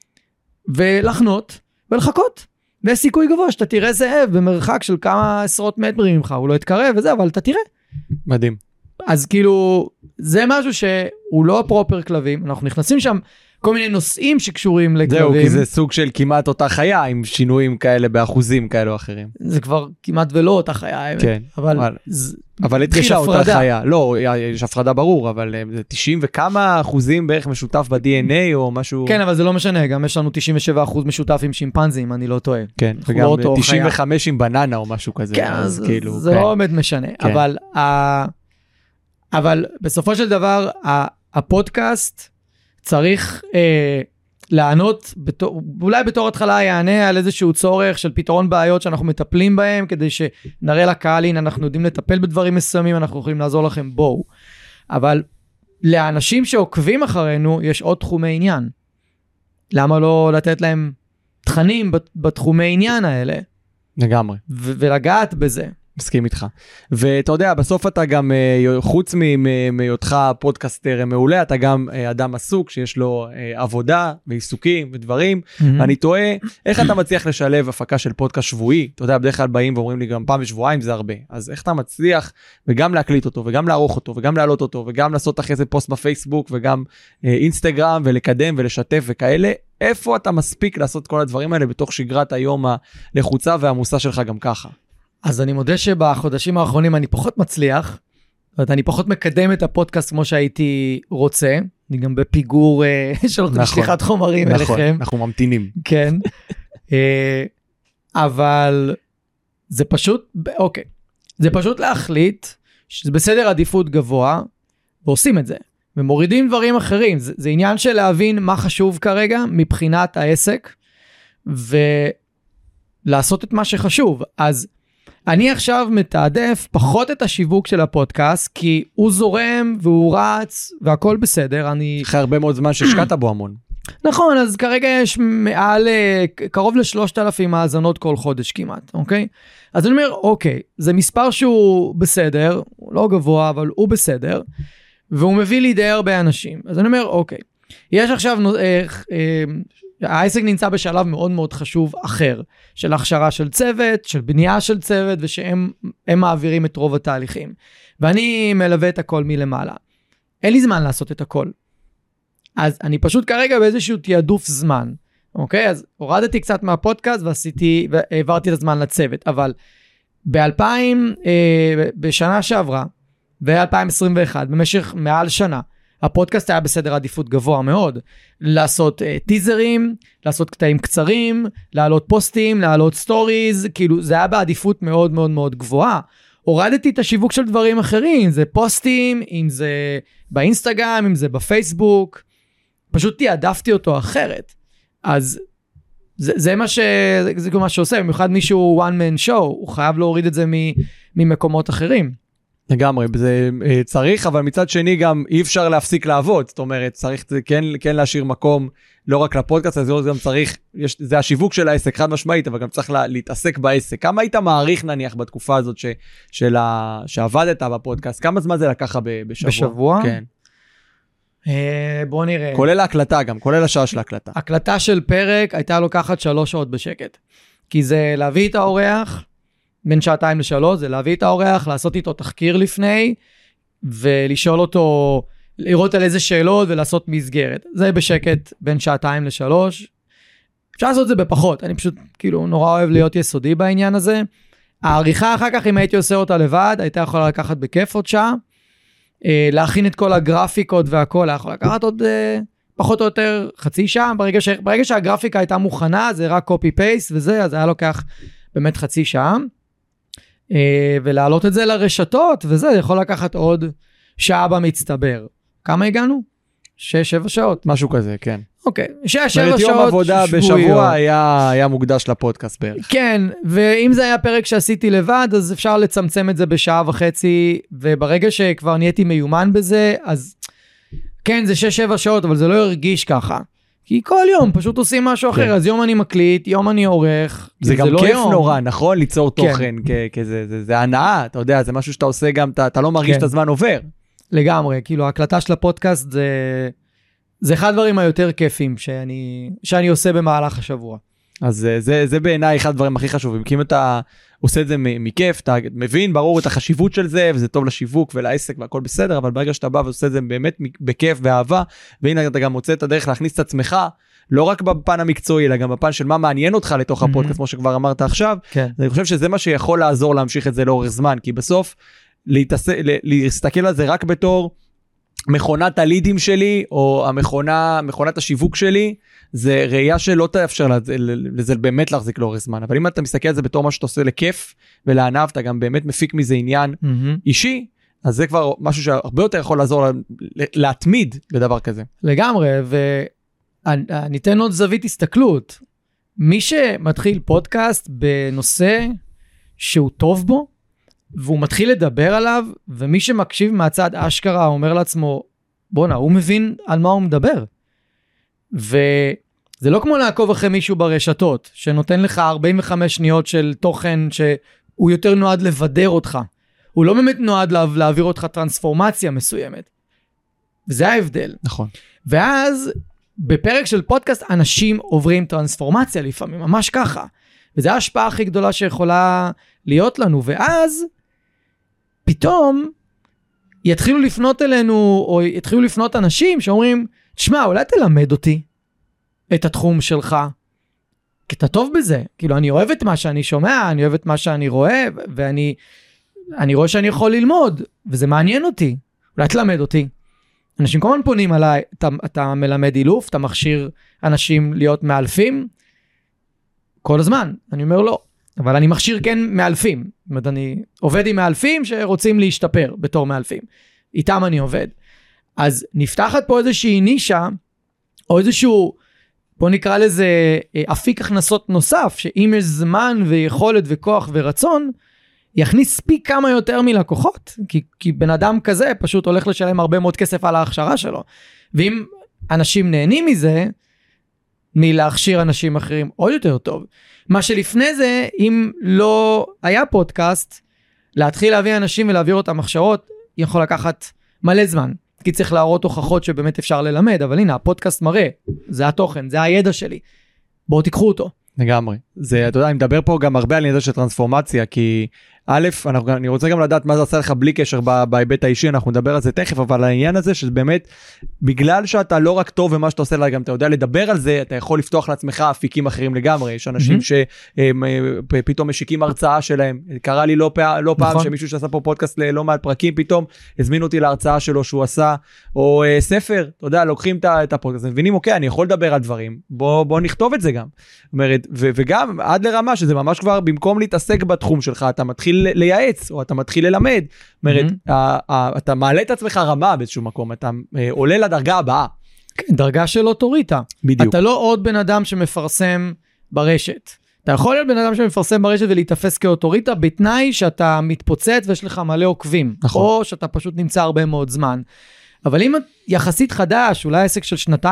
ולחנות ולחכות. ויש סיכוי גבוה שאתה תראה זאב במרחק של כמה עשרות מטרים ממך, הוא לא יתקרב וזה, אבל אתה תראה. מדהים. אז כאילו, זה משהו שהוא לא פרופר כלבים, אנחנו נכנסים שם כל מיני נושאים שקשורים לכלבים. זהו, כי זה סוג של כמעט אותה חיה, עם שינויים כאלה באחוזים כאלה או אחרים. זה כבר כמעט ולא אותה חיה, כן. אבל התחילה אותה חיה. לא, יש הפרדה ברור, אבל זה 90 וכמה אחוזים בערך משותף ב-DNA או משהו. כן, אבל זה לא משנה, גם יש לנו 97% משותף עם שימפנזים, אני לא טועה. כן, וגם 95 עם בננה או משהו כזה. כן, זה לא באמת משנה. אבל בסופו של דבר, הפודקאסט צריך לענות, אולי בתור התחלה יענה על איזשהו צורך של פתרון בעיות שאנחנו מטפלים בהם, כדי שנראה לקהל, הנה אנחנו יודעים לטפל בדברים מסוימים, אנחנו יכולים לעזור לכם, בואו. אבל לאנשים שעוקבים אחרינו, יש עוד תחומי עניין. למה לא לתת להם תכנים בתחומי עניין האלה? לגמרי. ולגעת בזה. מסכים איתך. ואתה יודע, בסוף אתה גם, חוץ מהיותך פודקאסטר מעולה, אתה גם אדם עסוק שיש לו עבודה ועיסוקים ודברים. אני תוהה, איך אתה מצליח לשלב הפקה של פודקאסט שבועי? אתה יודע, בדרך כלל באים ואומרים לי גם פעם בשבועיים זה הרבה. אז איך אתה מצליח וגם להקליט אותו וגם לערוך אותו וגם להעלות אותו וגם לעשות אחרי זה פוסט בפייסבוק וגם אינסטגרם ולקדם ולשתף וכאלה? איפה אתה מספיק לעשות כל הדברים האלה בתוך שגרת היום הלחוצה והעמוסה שלך גם ככה? אז אני מודה שבחודשים האחרונים אני פחות מצליח, זאת אומרת, אני פחות מקדם את הפודקאסט כמו שהייתי רוצה, אני גם בפיגור של שליחת חומרים אליכם. אנחנו ממתינים. כן, אבל זה פשוט, אוקיי, זה פשוט להחליט שזה בסדר עדיפות גבוה, ועושים את זה, ומורידים דברים אחרים, זה עניין של להבין מה חשוב כרגע מבחינת העסק, ולעשות את מה שחשוב, אז אני עכשיו מתעדף פחות את השיווק של הפודקאסט, כי הוא זורם והוא רץ והכל בסדר. אחרי הרבה מאוד זמן שהשקעת בו המון. נכון, אז כרגע יש קרוב ל3,000 מאזנות כל חודש כמעט, אוקיי? אז אני אומר, אוקיי, זה מספר שהוא בסדר, הוא לא גבוה, אבל הוא בסדר, והוא מביא לי די הרבה אנשים. אז אני אומר, אוקיי, יש עכשיו העסק נמצא בשלב מאוד מאוד חשוב אחר, של הכשרה של צוות, של בנייה של צוות, ושהם מעבירים את רוב התהליכים. ואני מלווה את הכל מלמעלה. אין לי זמן לעשות את הכל. אז אני פשוט כרגע באיזשהו תיעדוף זמן. אוקיי? אז הורדתי קצת מהפודקאסט, והעברתי את הזמן לצוות. אבל בשנה שעברה, ב-2021, במשך מעל שנה, הפודקאסט היה בסדר עדיפות גבוה מאוד, לעשות טיזרים, לעשות קטעים קצרים, להעלות פוסטים, להעלות סטוריז, כאילו זה היה בעדיפות מאוד מאוד מאוד גבוהה. הורדתי את השיווק של דברים אחרים, זה פוסטים, אם זה באינסטגרם, אם זה בפייסבוק, פשוט תיעדפתי אותו אחרת. אז זה מה שעושה, במיוחד מישהו one man show, הוא חייב להוריד את זה ממקומות אחרים. לגמרי, זה צריך, אבל מצד שני גם אי אפשר להפסיק לעבוד, זאת אומרת, צריך כן להשאיר מקום, לא רק לפודקאסט, אז גם צריך, זה השיווק של העסק, חד משמעית, אבל גם צריך להתעסק בעסק. כמה היית מעריך נניח בתקופה הזאת שעבדת בפודקאסט? כמה זמן זה לקחה בשבוע? בשבוע? כן. בוא נראה. כולל ההקלטה גם, כולל השעה של ההקלטה. הקלטה של פרק הייתה לוקחת 3 שעות בשקט, כי זה להביא את האורח, בין 2-3, זה להביא את האורח, לעשות איתו תחקיר לפני, ולשאול אותו, לראות על איזה שאלות ולעשות מסגרת. זה בשקט בין 2-3. אפשר לעשות את זה בפחות, אני פשוט כאילו נורא אוהב להיות יסודי בעניין הזה. העריכה אחר כך, אם הייתי עושה אותה לבד, הייתה יכולה לקחת בכיף עוד שעה, להכין את כל הגרפיקות והכל, היה יכול לקחת עוד פחות או יותר חצי שעה, ברגע שהגרפיקה הייתה מוכנה, זה רק copy-paste וזה, אז היה לוקח באמת חצי שעה, ולהעלות את זה לרשתות, וזה יכול לקחת עוד שעה במצטבר. כמה הגענו? 6-7 שעות. משהו כזה, כן. אוקיי, 6-7 שעות יום עבודה בשבוע היה מוקדש לפודקאסט בערך. כן, ואם זה היה פרק שעשיתי לבד, אז אפשר לצמצם את זה בשעה וחצי, וברגע שכבר נהייתי מיומן בזה, אז כן, זה 6-7 שעות, אבל זה לא ירגיש ככה. כי כל יום פשוט עושים משהו אחר, אז יום אני מקליט, יום אני עורך. זה גם כיף נורא, נכון? ליצור תוכן, זה הנאה, אתה יודע, זה משהו שאתה עושה גם, אתה לא מרגיש את הזמן עובר. לגמרי, כאילו ההקלטה של הפודקאסט זה אחד הדברים היותר כיפים שאני עושה במהלך השבוע. אז זה בעיניי אחד הדברים הכי חשובים, כי אם אתה עושה את זה מכיף, אתה מבין, ברור את החשיבות של זה, וזה טוב לשיווק ולעסק והכל בסדר, אבל ברגע שאתה בא ועושה את זה באמת בכיף ואהבה, והנה אתה גם מוצא את הדרך להכניס את עצמך, לא רק בפן המקצועי, אלא גם בפן של מה מעניין אותך לתוך הפודקאסט, כמו שכבר אמרת עכשיו, אני חושב שזה מה שיכול לעזור להמשיך את זה לאורך זמן, כי בסוף להסתכל על זה רק בתור מכונת הלידים שלי, או מכונת השיווק שלי, זה ראייה שלא תאפשר לזה באמת להחזיק לאורך זמן, אבל אם אתה מסתכל על זה בתור מה שאתה עושה לכיף ולענב, אתה גם באמת מפיק מזה עניין אישי, אז זה כבר משהו שהרבה יותר יכול לעזור להתמיד בדבר כזה. לגמרי, ניתן עוד זווית הסתכלות. מי שמתחיל פודקאסט בנושא שהוא טוב בו, והוא מתחיל לדבר עליו, ומי שמקשיב מהצד אשכרה אומר לעצמו, בונה, הוא מבין על מה הוא מדבר. וזה לא כמו לעקוב אחרי מישהו ברשתות, שנותן לך 45 שניות של תוכן שהוא יותר נועד לבדר אותך. הוא לא באמת נועד להעביר אותך טרנספורמציה מסוימת. וזה ההבדל. נכון. ואז בפרק של פודקאסט אנשים עוברים טרנספורמציה לפעמים, ממש ככה. וזו ההשפעה הכי גדולה שיכולה להיות לנו. ואז פתאום יתחילו לפנות אלינו, או יתחילו לפנות אנשים שאומרים, תשמע, אולי תלמד אותי את התחום שלך, כי אתה טוב בזה. כאילו, אני אוהב את מה שאני שומע, אני אוהב את מה שאני רואה, ואני רואה שאני יכול ללמוד, וזה מעניין אותי. אולי תלמד אותי. אנשים כל הזמן פונים עליי, אתה מלמד אילוף, אתה מכשיר אנשים להיות מאלפים, כל הזמן. אני אומר לא, אבל אני מכשיר כן מאלפים. זאת אומרת, אני עובד עם מאלפים שרוצים להשתפר בתור מאלפים. איתם אני עובד. אז נפתחת פה איזושהי נישה, או איזשהו, בוא נקרא לזה אפיק הכנסות נוסף, שאם יש זמן ויכולת וכוח ורצון, יכניס פי כמה יותר מלקוחות, כי בן אדם כזה פשוט הולך לשלם הרבה מאוד כסף על ההכשרה שלו. ואם אנשים נהנים מזה, מלהכשיר אנשים אחרים עוד יותר טוב. מה שלפני זה, אם לא היה פודקאסט, להתחיל להביא אנשים ולהעביר אותם הכשרות, יכול לקחת מלא זמן. כי צריך להראות הוכחות שבאמת אפשר ללמד, אבל הנה, הפודקאסט מראה, זה התוכן, זה הידע שלי. בואו תיקחו אותו. לגמרי. זה, אתה יודע, אני מדבר פה גם הרבה על עניין של טרנספורמציה, כי א', אני רוצה גם לדעת מה זה עשה לך בלי קשר בהיבט האישי, אנחנו נדבר על זה תכף, אבל העניין הזה שבאמת, בגלל שאתה לא רק טוב ומה שאתה עושה לה, גם אתה יודע לדבר על זה, אתה יכול לפתוח לעצמך אפיקים אחרים לגמרי. יש אנשים שפתאום משיקים הרצאה שלהם. קרה לי לא פעם שמישהו שעשה פה פודקאסט ללא מעט פרקים, פתאום הזמינו אותי להרצאה שלו שהוא עשה, או ספר, אתה יודע, לוקחים את הפודקאסט, מבינים, אוקיי, אני יכול לדבר על דברים, בוא נכתוב את זה גם. אומרת, וגם עד לרמה שזה ממש כבר במקום להתעסק בתחום שלך, אתה מתחיל לייעץ, או אתה מתחיל ללמד. אומרת, אתה מעלה את עצמך רמה באיזשהו מקום, אתה עולה לדרגה הבאה. דרגה של אוטוריטה. בדיוק. אתה לא עוד בן אדם שמפרסם ברשת. אתה יכול להיות בן אדם שמפרסם ברשת ולהתאפס כאוטוריטה, בתנאי שאתה מתפוצץ ויש לך מלא עוקבים. נכון. או שאתה פשוט נמצא הרבה מאוד זמן. אבל אם יחסית חדש, אולי עסק של 2-3,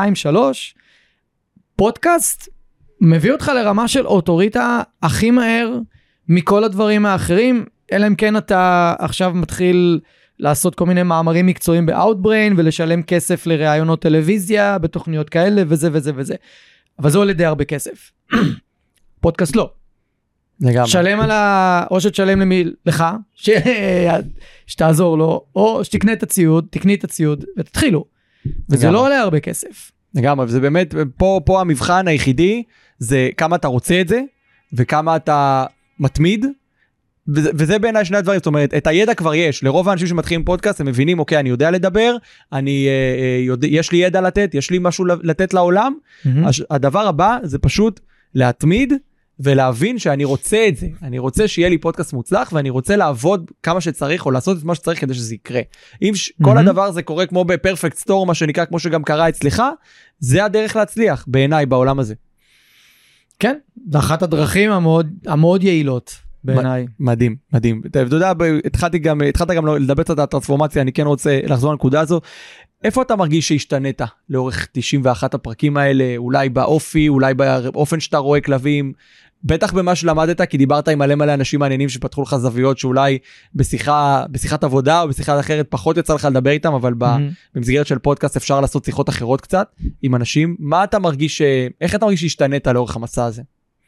פודקאסט מביא אותך לרמה של אוטוריטה הכי מהר מכל הדברים האחרים, אלא אם כן אתה עכשיו מתחיל לעשות כל מיני מאמרים מקצועיים ב-Outbrain, ולשלם כסף לראיונות טלוויזיה, בתוכניות כאלה, וזה וזה וזה. אבל זה עולה די הרבה כסף. פודקאסט לא. לגמרי. שלם על או שתשלם לך, שתעזור לו, או שתקנה את הציוד, תקני את הציוד, ותתחילו. וזה לא עולה הרבה כסף. לגמרי, וזה באמת, פה המבחן היחידי, זה כמה אתה רוצה את זה, וכמה אתה מתמיד, וזה בעיניי שני הדברים. זאת אומרת, את הידע כבר יש, לרוב האנשים שמתחילים פודקאסט, הם מבינים, אוקיי, אני יודע לדבר, יש לי ידע לתת, יש לי משהו לתת לעולם, הדבר הבא זה פשוט להתמיד, ולהבין שאני רוצה את זה, אני רוצה שיהיה לי פודקאסט מוצלח, ואני רוצה לעבוד כמה שצריך, או לעשות את מה שצריך כדי שזה יקרה. אם כל הדבר הזה קורה כמו בפרפקט סטור, מה שנקרא, כמו שגם קרה אצלך, זה הדרך להצליח, בעיניי, בעולם הזה. כן, זה אחת הדרכים המאוד יעילות, בעיניי. מדהים, מדהים. אתה יודע, התחלת גם לדבר קצת על הטרנספורמציה, אני כן רוצה לחזור לנקודה הזו. איפה אתה מרגיש שהשתנית לאורך 91 הפרקים האלה, אולי באופי, אולי באופן שאתה רואה כלבים, בטח במה שלמדת, כי דיברת עם מלא אנשים מעניינים שפתחו לך זוויות, שאולי בשיחת עבודה או בשיחת אחרת פחות יצא לך לדבר איתם, אבל במסגרת של פודקאסט אפשר לעשות שיחות אחרות קצת עם אנשים. מה אתה מרגיש, איך אתה מרגיש שהשתנית לאורך המסע הזה?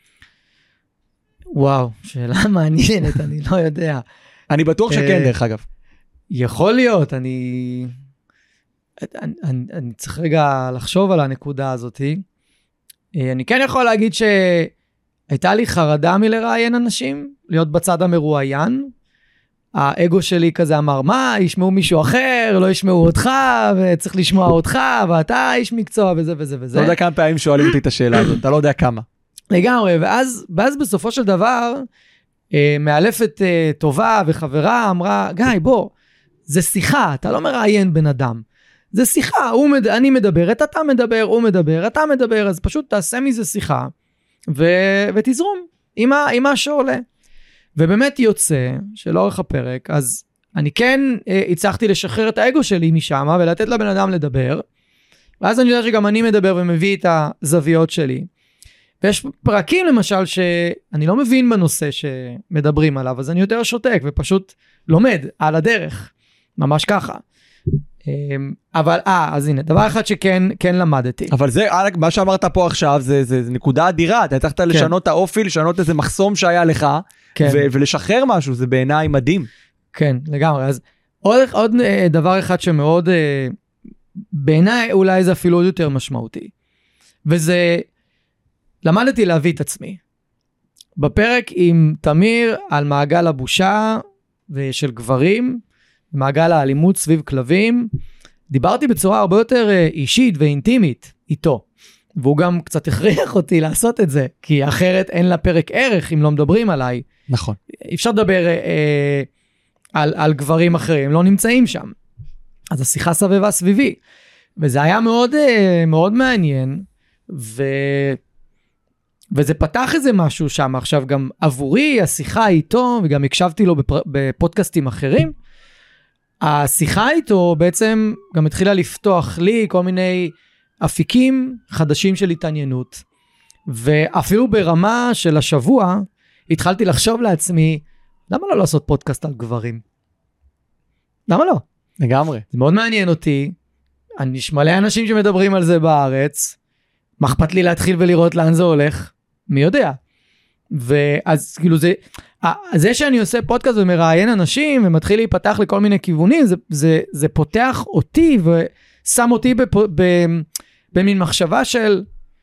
וואו, שאלה מעניינת, אני לא יודע. אני בטוח שכן, דרך אגב. יכול להיות, אני צריך רגע לחשוב על הנקודה הזאת. אני כן יכול להגיד שהייתה לי חרדה מלראיין אנשים, להיות בצד המרואיין. האגו שלי כזה אמר, מה, ישמעו מישהו אחר, לא ישמעו אותך, וצריך לשמוע אותך, ואתה איש מקצוע, וזה וזה וזה. לא יודע כמה פעמים שואלים אותי את השאלה הזאת, אתה לא יודע כמה. לגמרי, ואז בסופו של דבר, מאלפת טובה וחברה אמרה, גיא, בוא, זה שיחה, אתה לא מראיין בן אדם. זה שיחה, אני מדברת, אתה מדבר, הוא מדבר, אתה מדבר, אז פשוט תעשה מזה שיחה, ותזרום עם מה שעולה. ובאמת יוצא, שלאורך הפרק, אז אני כן הצלחתי לשחרר את האגו שלי משם, ולתת לבן אדם לדבר, ואז אני יודע שגם אני מדבר ומביא את הזוויות שלי. ויש פרקים למשל שאני לא מבין בנושא שמדברים עליו, אז אני יותר שותק ופשוט לומד על הדרך, ממש ככה. אבל אז הנה, דבר אחד שכן למדתי. אבל זה, מה שאמרת פה עכשיו, זה נקודה אדירה, אתה הצלחת לשנות את האופי, לשנות איזה מחסום שהיה לך, ולשחרר משהו, זה בעיניי מדהים. כן, לגמרי. אז עוד דבר אחד שמאוד, בעיניי אולי זה אפילו עוד יותר משמעותי, וזה, למדתי להביא את עצמי. בפרק עם תמיר על מעגל הבושה של גברים, מעגל האלימות סביב כלבים, דיברתי בצורה הרבה יותר אישית ואינטימית איתו, והוא גם קצת הכריח אותי לעשות את זה, כי אחרת אין לפרק ערך אם לא מדברים עליי. נכון. אי אפשר לדבר על גברים אחרים, לא נמצאים שם. אז השיחה סבבה סביבי, וזה היה מאוד, מאוד מעניין, וזה פתח איזה משהו שם. עכשיו גם עבורי השיחה איתו, וגם הקשבתי לו בפודקאסטים אחרים, השיחה איתו בעצם גם התחילה לפתוח לי כל מיני אפיקים חדשים של התעניינות, ואפילו ברמה של השבוע, התחלתי לחשוב לעצמי, למה לא לעשות פודקאסט על גברים? למה לא? לגמרי. זה מאוד מעניין אותי, אני מלא אנשים שמדברים על זה בארץ, מה אכפת לי להתחיל ולראות לאן זה הולך? מי יודע? ואז כאילו זה שאני עושה פודקאסט ומראיין אנשים ומתחיל להיפתח לכל מיני כיוונים, זה פותח אותי ושם אותי במין מחשבה של,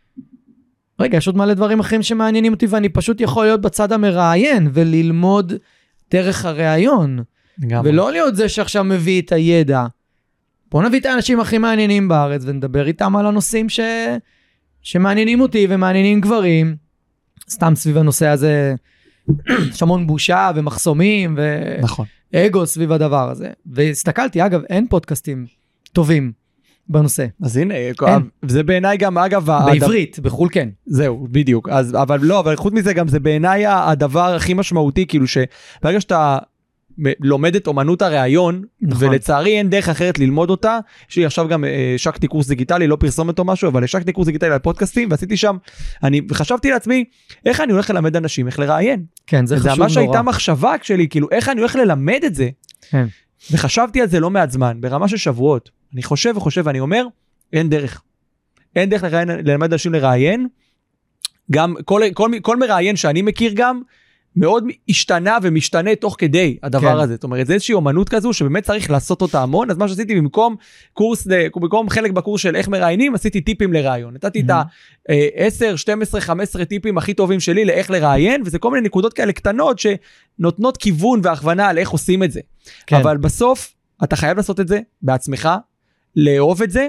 רגע, יש עוד מלא דברים אחרים שמעניינים אותי, ואני פשוט יכול להיות בצד המראיין וללמוד דרך הראיון, ולא להיות זה שעכשיו מביא את הידע. בוא נביא את האנשים הכי מעניינים בארץ ונדבר איתם על הנושאים שמעניינים אותי ומעניינים גברים. סתם סביב הנושא הזה יש המון בושה ומחסומים ואגו סביב הדבר הזה. והסתכלתי, אגב, אין פודקאסטים טובים בנושא. אז הנה, זה בעיניי גם, אגב, בעברית, בחול כן. זהו, בדיוק. אבל לא, אבל חוץ מזה גם זה בעיניי הדבר הכי משמעותי, כאילו שברגע שאתה לומד את אומנות הרעיון, ולצערי אין דרך אחרת ללמוד אותה. יש לי עכשיו גם השקתי קורס דיגיטלי, לא פרסומת או משהו, אבל השקתי קורס דיגיטלי על פודקאסטים, ועשיתי שם, וחשבתי לעצמי, איך אני הולך ללמד אנשים, איך לראיין. כן, זה חשוב נורא. זה ממש הייתה מחשבה שלי, כאילו, איך אני הולך ללמד את זה. כן. וחשבתי על זה לא מעט זמן, ברמה של שבועות. אני חושב ואני אומר, אין דרך. אין דרך ללמד אנשים לראיין. גם כל מראיין שאני מכיר גם, מאוד השתנה ומשתנה תוך כדי הדבר הזה. זאת אומרת, זה איזושהי אומנות כזו שבאמת צריך לעשות אותה המון. אז מה שעשיתי במקום חלק בקורס של איך מראיינים, עשיתי טיפים לראיון. נתתי את ה-10, 12, 15 טיפים הכי טובים שלי לאיך לראיין, וזה כל מיני נקודות כאלה קטנות שנותנות כיוון והכוונה על איך עושים את זה. אבל בסוף, אתה חייב לעשות את זה בעצמך, לאהוב את זה,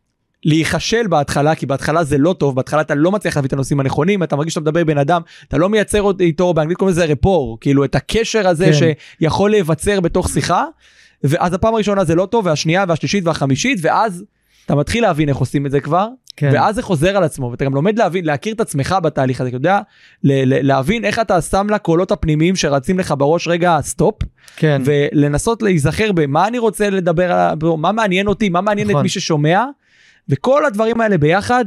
להיחשל בהתחלה, כי בהתחלה זה לא טוב, בהתחלה אתה לא מצליח להביא את הנושאים הנכונים, אתה מרגיש שאתה מדבר בן אדם, אתה לא מייצר איתו, באנגלית קוראים לזה רפור, כאילו את הקשר הזה שיכול להיווצר בתוך שיחה, ואז הפעם הראשונה זה לא טוב, והשנייה והשלישית והחמישית, ואז אתה מתחיל להבין איך עושים את זה כבר, ואז זה חוזר על עצמו, ואתה גם לומד להכיר את עצמך בתהליך הזה, אתה יודע, להבין איך אתה שם לקולות הפנימיים שרצים לך בראש רגע סטופ, ולנסות להיזכר במה אני רוצה לדבר, מה מעניין אותי, מה מעניין את מי ששומע, וכל הדברים האלה ביחד,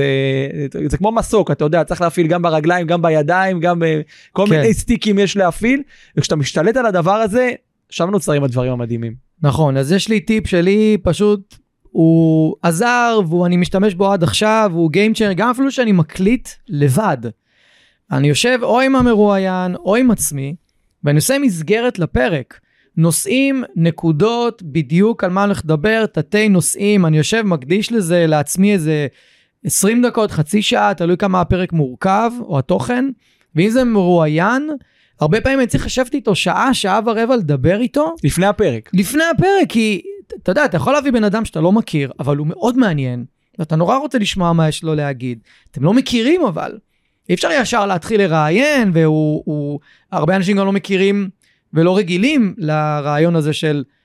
זה כמו מסוק, אתה יודע, צריך להפעיל גם ברגליים, גם בידיים, גם כל מיני סטיקים יש להפעיל, וכשאתה משתלט על הדבר הזה, שם נוצרים הדברים המדהימים. נכון, אז יש לי טיפ שלי, פשוט הוא עזר, ואני משתמש בו עד עכשיו, הוא game changer, גם אפילו שאני מקליט לבד. אני יושב או עם המרואיין, או עם עצמי, ואני עושה מסגרת לפרק. נושאים, נקודות, בדיוק על מה הולך לדבר, תתי נושאים, אני יושב, מקדיש לזה לעצמי איזה 20 דקות, חצי שעה, תלוי כמה הפרק מורכב, או התוכן, ואם זה מרואיין, הרבה פעמים אני צריך לשבת איתו שעה ורבע לדבר איתו. לפני הפרק. לפני הפרק, כי אתה יודע, אתה יכול להביא בן אדם שאתה לא מכיר, אבל הוא מאוד מעניין, ואתה נורא רוצה לשמוע מה יש לו להגיד. אתם לא מכירים אבל. אי אפשר ישר להתחיל לראיין, הרבה אנשים גם לא מכירים, ולא רגילים לרעיון הזה של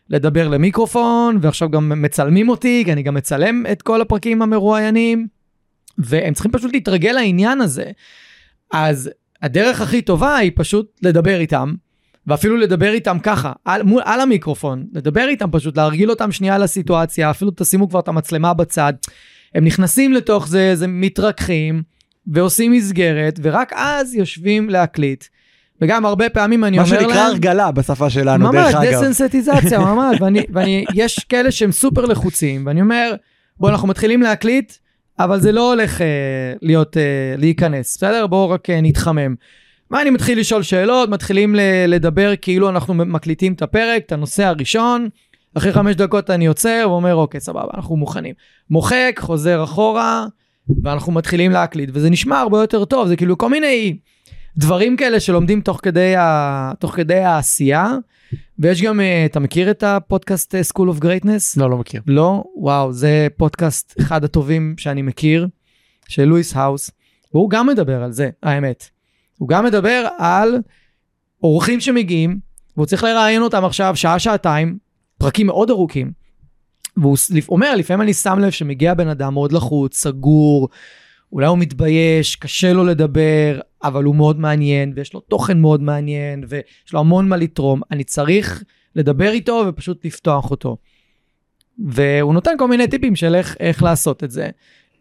לדבר למיקרופון, ועכשיו גם מצלמים אותי, כי אני גם מצלם את כל הפרקים המרואיינים, והם צריכים פשוט להתרגל לעניין הזה. אז הדרך הכי טובה היא פשוט לדבר איתם, ואפילו לדבר איתם ככה, על המיקרופון, לדבר איתם פשוט, להרגיל אותם שנייה לסיטואציה, אפילו תשימו כבר את המצלמה בצד, הם נכנסים לתוך זה, זה מתרככים, ועושים מסגרת, ורק אז יושבים להקליט, וגם הרבה פעמים אני אומר להם... מה שנקרא הרגלה בשפה שלנו, דרך אגב. ממש, דסנסיטיזציה, ממש, יש כאלה שהם סופר לחוצים, ואני אומר, בואו אנחנו מתחילים להקליט, אבל זה לא הולך להיכנס, בסדר? בואו רק נתחמם. ואני מתחיל לשאול שאלות, מתחילים לדבר כאילו אנחנו מקליטים את הפרק, את הנושא הראשון, אחרי 5 דקות אני יוצר ואומר, אוקיי, סבבה, אנחנו מוכנים. מוחק, חוזר אחורה, ואנחנו מתחילים להקליט, וזה נשמע הרבה יותר טוב, זה כאילו כל מיני דברים כאלה שלומדים תוך כדי העשייה, ויש גם, אתה מכיר את הפודקאסט School of Greatness? לא מכיר. לא? וואו, זה פודקאסט אחד הטובים שאני מכיר, של לואיס האוס, והוא גם מדבר על זה, האמת. הוא גם מדבר על אורחים שמגיעים, והוא צריך לראיין אותם עכשיו שעה-שעתיים, פרקים מאוד ארוכים, והוא אומר, לפעמים אני שם לב שמגיע בן אדם מאוד לחוץ, סגור, אולי הוא מתבייש, קשה לו לדבר, אבל הוא מאוד מעניין, ויש לו תוכן מאוד מעניין, ויש לו המון מה לתרום, אני צריך לדבר איתו ופשוט לפתוח אותו. והוא נותן כל מיני טיפים של איך לעשות את זה.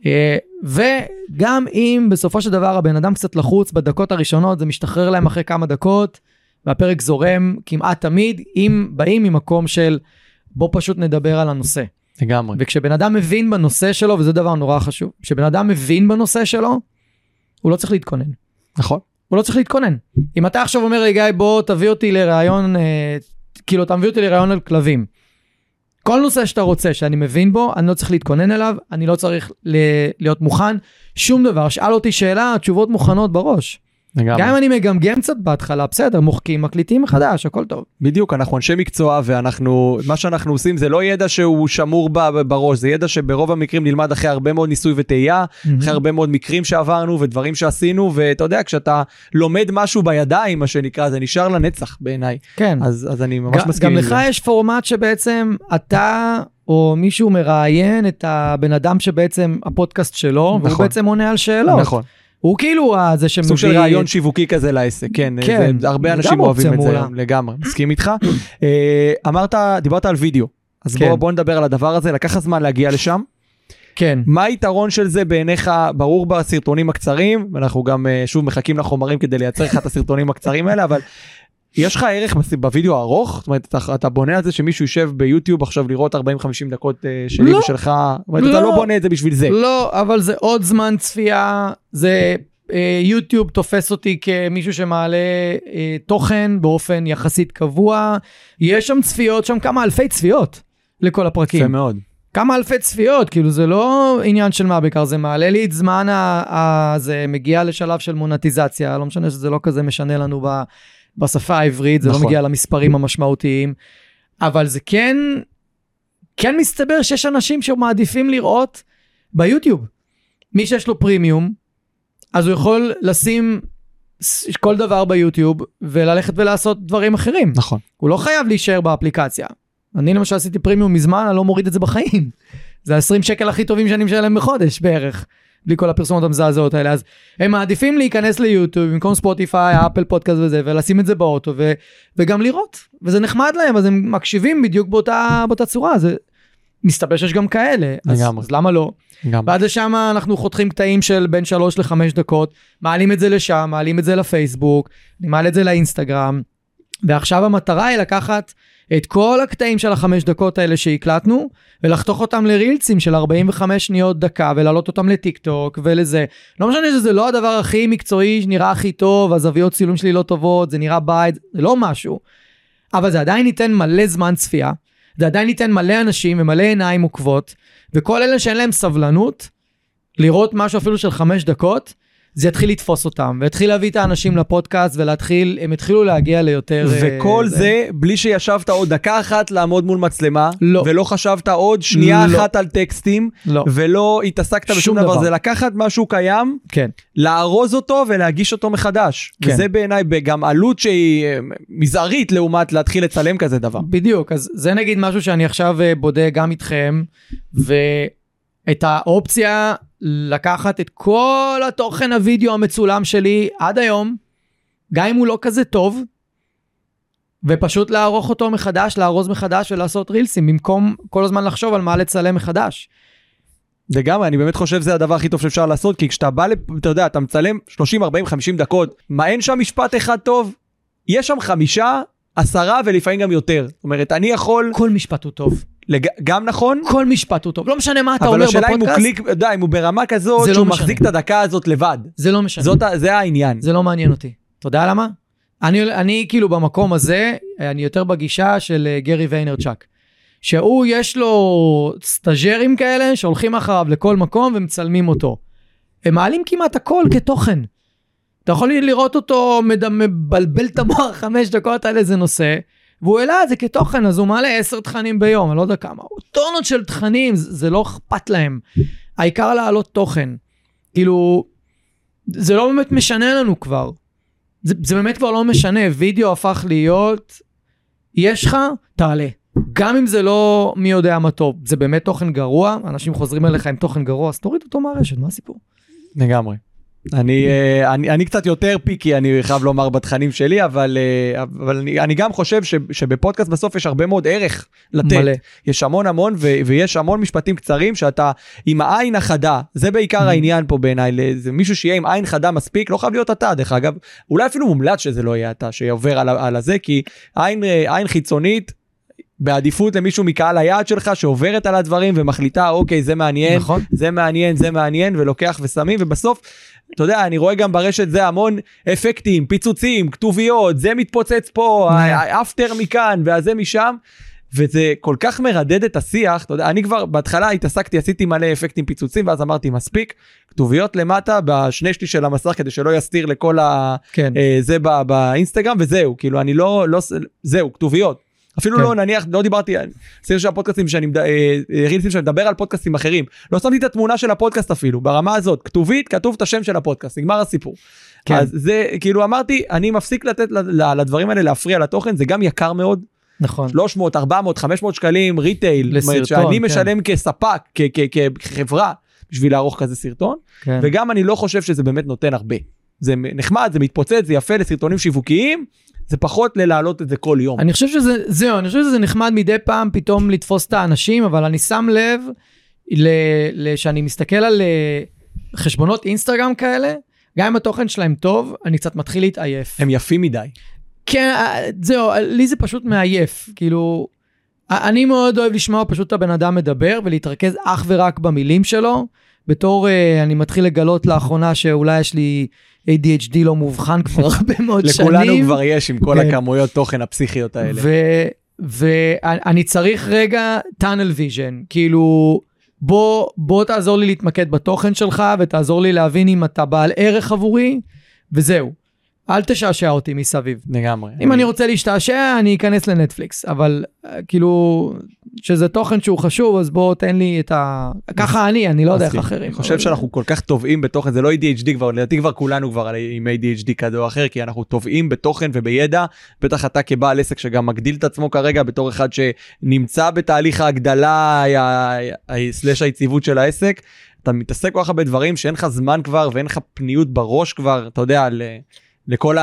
וגם אם בסופו של דבר הבן אדם קצת לחוץ בדקות הראשונות, זה משתחרר להם אחרי כמה דקות, והפרק זורם כמעט תמיד, אם באים ממקום של בוא פשוט נדבר על הנושא. לגמרי. וכשבן אדם מבין בנושא שלו, וזה דבר נורא חשוב, כשבן אדם מבין בנושא שלו, הוא לא צריך להתכונן. נכון. הוא לא צריך להתכונן. אם אתה עכשיו אומר לי, גיא, בוא תביא אותי לרעיון, כאילו תביא אותי לרעיון על כלבים. כל נושא שאתה רוצה, שאני מבין בו, אני לא צריך להתכונן אליו, אני לא צריך להיות מוכן, שום דבר, שאל אותי שאלה, התשובות מוכנות בראש. גם אם אני מגמגם קצת בהתחלה, בסדר, מוחקים, מקליטים מחדש, הכל טוב. בדיוק, אנחנו אנשי מקצוע, מה שאנחנו עושים זה לא ידע שהוא שמור בראש, זה ידע שברוב המקרים נלמד אחרי הרבה מאוד ניסוי וטעייה, אחרי הרבה מאוד מקרים שעברנו ודברים שעשינו, ואתה יודע, כשאתה לומד משהו בידיים, מה שנקרא, זה נשאר לנצח בעיניי. כן. אז אני ממש מסכים עם זה. גם לך יש פורמט שבעצם אתה או מישהו מראיין את הבן אדם שבעצם הפודקאסט שלו, והוא בעצם עונה על שאלות. נכון. הוא כאילו זה שמביא... סוג של רעיון שיווקי כזה לעסק, כן. הרבה אנשים אוהבים את זה היום, לגמרי. מסכים איתך. דיברת על וידאו, אז בוא נדבר על הדבר הזה, לקח הזמן להגיע לשם. כן. מה היתרון של זה בעיניך, ברור בסרטונים הקצרים, ואנחנו גם שוב מחכים לחומרים כדי לייצר לך את הסרטונים הקצרים האלה, אבל יש לך ערך בווידאו הארוך? זאת אומרת, אתה בונה על זה שמישהו יושב ביוטיוב עכשיו לראות 40-50 דקות שלי ושלך? זאת אומרת, אתה לא בונה את זה בשביל זה. לא, אבל זה עוד זמן צפייה, זה יוטיוב תופס אותי כמישהו שמעלה תוכן באופן יחסית קבוע, יש שם צפיות, שם כמה אלפי צפיות לכל הפרקים. יפה מאוד. כמה אלפי צפיות, כאילו זה לא עניין של מה בעיקר, זה מעלה לי את זמן, זה מגיע לשלב של מונטיזציה, לא משנה שזה לא כזה משנה לנו בשפה העברית, זה נכון. לא מגיע למספרים המשמעותיים, אבל זה כן מסתבר שיש אנשים שמעדיפים לראות ביוטיוב. מי שיש לו פרימיום, אז הוא יכול לשים כל דבר ביוטיוב, וללכת ולעשות דברים אחרים. נכון. הוא לא חייב להישאר באפליקציה. אני למשל עשיתי פרימיום מזמן, אני לא מוריד את זה בחיים. זה 20 שקל הכי טובים שאני משלם בחודש בערך. בלי כל הפרסומות המזעזעות האלה, אז הם מעדיפים להיכנס ליוטיוב, במקום ספוטיפיי, אפל פודקאסט וזה, ולשים את זה באוטו, וגם לראות, וזה נחמד להם, אז הם מקשיבים בדיוק באותה צורה, זה מסתבר שיש גם כאלה, אז למה לא? ועד לשם אנחנו חותכים קטעים של בין 3 ל-5 דקות, מעלים את זה לשם, מעלים את זה לפייסבוק, אני מעלה את זה לאינסטגרם, ועכשיו המטרה היא לקחת את כל הקטעים של 5 דקות האלה שהקלטנו, ולחתוך אותם לרילצים של 45 שניות דקה, ולהעלות אותם לטיק טוק ולזה. לא משנה שזה לא הדבר הכי מקצועי, שנראה הכי טוב, הזוויות צילום שלי לא טובות, זה נראה בית, זה לא משהו. אבל זה עדיין ייתן מלא זמן צפייה, זה עדיין ייתן מלא אנשים ומלא עיניים עוקבות, וכל אלה שאין להם סבלנות, לראות משהו אפילו של 5 דקות, זה יתחיל לתפוס אותם, והתחיל להביא את האנשים לפודקאסט, הם התחילו להגיע ליותר... וכל זה, בלי שישבת עוד דקה אחת לעמוד מול מצלמה, לא. ולא חשבת עוד שנייה אחת על טקסטים, ולא התעסקת בשום דבר. זה לקחת משהו קיים, כן. לארוז אותו ולהגיש אותו מחדש. כן. וזה בעיניי גם עלות שהיא מזערית לעומת להתחיל לצלם כזה דבר. בדיוק, אז זה נגיד משהו שאני עכשיו בודק גם איתכם, ואת האופציה לקחת את כל התוכן הוידאו המצולם שלי עד היום, גם אם הוא לא כזה טוב, ופשוט לערוך אותו מחדש, לארוז מחדש ולעשות רילסים, במקום כל הזמן לחשוב על מה לצלם מחדש. וגם אני באמת חושב שזה הדבר הכי טוב שאפשר לעשות, כי כשאתה בא, אתה יודע, אתה מצלם 30, 40, 50 דקות, מה אין שם משפט אחד טוב? יש שם 5, 10 ולפעמים גם יותר. זאת אומרת, אני יכול... כל משפט הוא טוב. גם נכון? כל משפט הוא טוב. לא משנה מה אתה אומר בפודקאסט. אבל השאלה אם הוא קליק, אם הוא ברמה כזאת, שהוא מחזיק את הדקה הזאת לבד. זה לא משנה. זה העניין. זה לא מעניין אותי. אתה יודע למה? אני כאילו במקום הזה, אני יותר בגישה של גרי ויינרצ'אק. שהוא יש לו סטאג'רים כאלה, שהולכים אחריו לכל מקום ומצלמים אותו. הם מעלים כמעט הכל כתוכן. אתה יכול לראות אותו מבלבל את המוח 5 דקות על איזה נושא, והוא העלה את זה כתוכן, אז הוא מעלה 10 תכנים ביום, אני לא יודע כמה. טונות של תכנים, זה לא אכפת להם. העיקר להעלות תוכן. כאילו, זה לא באמת משנה לנו כבר. זה באמת כבר לא משנה. וידאו הפך להיות, יש לך, תעלה. גם אם זה לא מי יודע מה טוב. זה באמת תוכן גרוע, אנשים חוזרים אליך עם תוכן גרוע, אז תוריד אותו מהרשת, מה הסיפור? לגמרי. אני קצת יותר פיקי, אני חייב לומר בתכנים שלי, אבל אני גם חושב שבפודקאסט בסוף יש הרבה מאוד ערך לתת. מלא. יש המון ויש המון משפטים קצרים שאתה עם העין החדה, זה בעיקר העניין פה בעיניי, זה מישהו שיהיה עם עין חדה מספיק, לא חייב להיות אתה, דרך אגב, אולי אפילו מומלץ שזה לא יהיה אתה, שיעובר על הזה, כי עין חיצונית, בעדיפות למישהו מקהל היעד שלך שעוברת על הדברים ומחליטה, אוקיי, זה מעניין, נכון. זה מעניין, ולוקח ושמים, ובסוף, אתה יודע, אני רואה גם ברשת זה המון אפקטים, פיצוצים, כתוביות, זה מתפוצץ פה, האפטר מכאן, והזה משם, וזה כל כך מרדד את השיח, אתה יודע, אני כבר בהתחלה התעסקתי, עשיתי מלא אפקטים פיצוצים, ואז אמרתי, מספיק, כתוביות למטה, בשני שליש של המסך, כדי שלא יסתיר לכל זה באינסטגרם, וזהו, כאילו, אני לא, זהו, כתוביות. אפילו לא נניח, לא דיברתי, סרט של הפודקאסטים רילסים שאני מדבר על פודקאסטים אחרים, לא שמתי את התמונה של הפודקאסט אפילו, ברמה הזאת, כתובית, כתוב את השם של הפודקאסט, נגמר הסיפור. אז זה, כאילו אמרתי, אני מפסיק לתת לדברים האלה להפריע לתוכן, זה גם יקר מאוד. נכון. 300, 400, 500 שקלים, ריטייל, שאני משלם כספק, כחברה, בשביל לערוך כזה סרטון, וגם אני לא חושב שזה באמת נותן הרבה. זה נחמד, זה מתפוצץ, זה יפה לסרטונים שיווקיים, זה פחות ללהעלות את זה כל יום. אני חושב שזה נחמד מדי פעם פתאום לתפוס את האנשים, אבל אני שם לב שאני מסתכל על חשבונות אינסטגרם כאלה, גם אם התוכן שלהם טוב, אני קצת מתחיל להתעייף. הם יפים מדי. כן, זהו, לי זה פשוט מעייף, כאילו, אני מאוד אוהב לשמוע פשוט את הבן אדם מדבר, ולהתרכז אך ורק במילים שלו, בתור אני מתחיל לגלות לאחרונה שאולי יש לי ADHD לא מובחן כבר הרבה מאוד שנים. לכולנו כבר יש עם כל הכמויות תוכן הפסיכיות האלה. ואני צריך רגע tunnel vision, כאילו בוא תעזור לי להתמקד בתוכן שלך, ותעזור לי להבין אם אתה בעל ערך עבורי, וזהו. אל תשעשע אותי מסביב. לגמרי. אם אני רוצה להשתעשע, אני אכנס לנטפליקס, אבל כאילו, שזה תוכן שהוא חשוב, אז בוא תן לי את ה... ככה אני לא יודע איך אחרים. אני חושב שאנחנו כל כך טובעים בתוכן, זה לא ADHD כבר, לדעתי כבר כולנו כבר עם ADHD כזה או אחר, כי אנחנו טובעים בתוכן ובידע, בטח אתה כבעל עסק שגם מגדיל את עצמו כרגע, בתור אחד שנמצא בתהליך ההגדלה, סלש היציבות של העסק, אתה מתעסק כל כך הרבה דברים שאין לך זמן כבר, ואין לך פניות בראש כבר, אתה יודע, לכל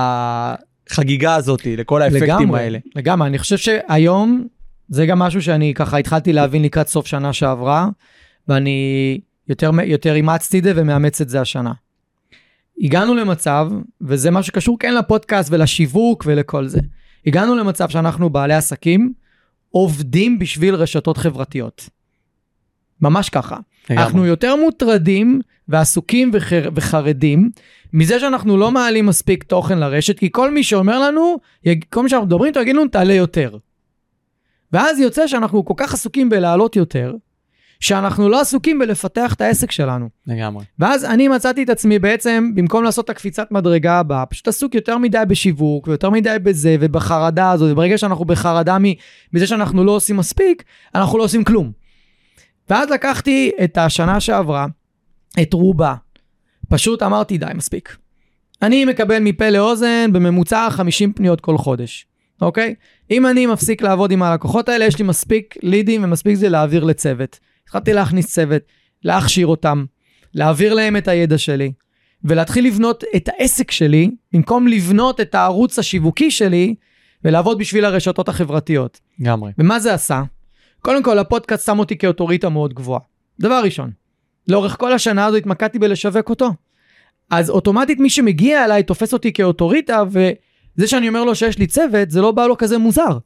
החגיגה הזאת, לכל האפקטים האלה. לגמרי, אני חושב שהיום, זה גם משהו שאני ככה התחלתי להבין לקראת סוף שנה שעברה, ואני יותר אימצתי את זה ומאמץ את זה השנה. הגענו למצב, וזה מה שקשור כן לפודקאסט ולשיווק ולכל זה, הגענו למצב שאנחנו בעלי עסקים, עובדים בשביל רשתות חברתיות. ממש ככה. אנחנו יותר מוטרדים ועסוקים וחרדים, מזה שאנחנו לא מעלים מספיק תוכן לרשת, כי כל מי שאומר לנו, כל מי שאנחנו מדברים, תגיד לנו, תעלה יותר. ואז יוצא שאנחנו כל כך עסוקים בלהעלות יותר, שאנחנו לא עסוקים בלפתח את העסק שלנו. לגמרי. ואז אני מצאתי את עצמי בעצם, במקום לעשות את הקפיצת מדרגה הבאה, פשוט עסוק יותר מדי בשיווק, ויותר מדי בזה, ובחרדה הזאת, וברגע שאנחנו בחרדה מזה שאנחנו לא עושים מספיק, אנחנו לא עושים כלום. ואז לקחתי את השנה שעברה, את רובה, פשוט אמרתי די, מספיק. אני מקבל מפה לאוזן בממוצע 50 פניות כל חודש, אוקיי? אם אני מפסיק לעבוד עם הלקוחות האלה, יש לי מספיק לידים ומספיק זה להעביר לצוות. התחלתי להכניס צוות, להכשיר אותם, להעביר להם את הידע שלי, ולהתחיל לבנות את העסק שלי, במקום לבנות את הערוץ השיווקי שלי, ולעבוד בשביל הרשתות החברתיות. לגמרי. ומה זה עשה? קודם כל, הפודקאסט שם אותי כאוטוריטה מאוד גבוהה. דבר ראשון, לאורך כל השנה הזו התמקדתי בלשווק אותו. אז אוטומטית מי שמגיע אליי תופס אותי כאוטוריטה, וזה שאני אומר לו שיש לי צוות, זה לא בא לו כזה מוזר.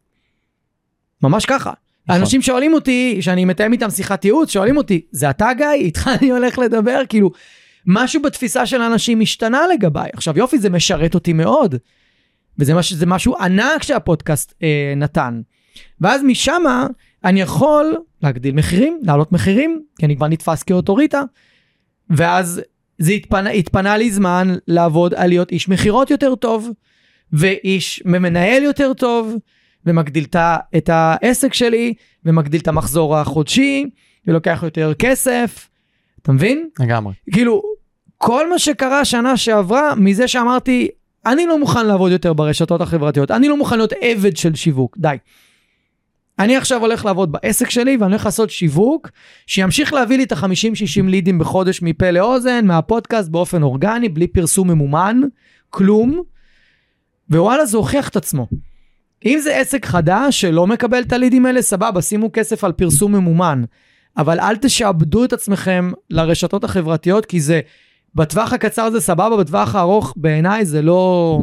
ממש ככה. האנשים שואלים אותי, שאני מתאם איתם שיחת ייעוץ, שואלים אותי, זה אתה גיא? איתך אני הולך לדבר? כאילו, משהו בתפיסה של האנשים השתנה לגביי. עכשיו יופי, זה משרת אותי מאוד. וזה משהו ענק שהפודקאסט נתן. ואז משם אני יכול להגדיל מחירים, להעלות מחירים, כי אני כבר נתפס כאוטוריטה, ואז זה התפנה לי זמן לעבוד על להיות איש מחירות יותר טוב, ואיש מנהל יותר טוב, ומגדיל את העסק שלי, ומגדיל את המחזור החודשי, ולוקח יותר כסף, אתה מבין? לגמרי. כאילו, כל מה שקרה שנה שעברה, מזה שאמרתי, אני לא מוכן לעבוד יותר ברשתות החברתיות, אני לא מוכן להיות עבד של שיווק, די. אני עכשיו הולך לעבוד בעסק שלי, ואני הולך לעשות שיווק, שימשיך להביא לי את ה-50-60 לידים בחודש מפה לאוזן, מהפודקאסט באופן אורגני, בלי פרסום ממומן, כלום, ווואלה זה הוכיח את עצמו. אם זה עסק חדש שלא מקבל את הלידים האלה, סבבה, שימו כסף על פרסום ממומן, אבל אל תשעבדו את עצמכם לרשתות החברתיות, כי זה, בטווח הקצר זה סבבה, בטווח הארוך בעיניי זה לא...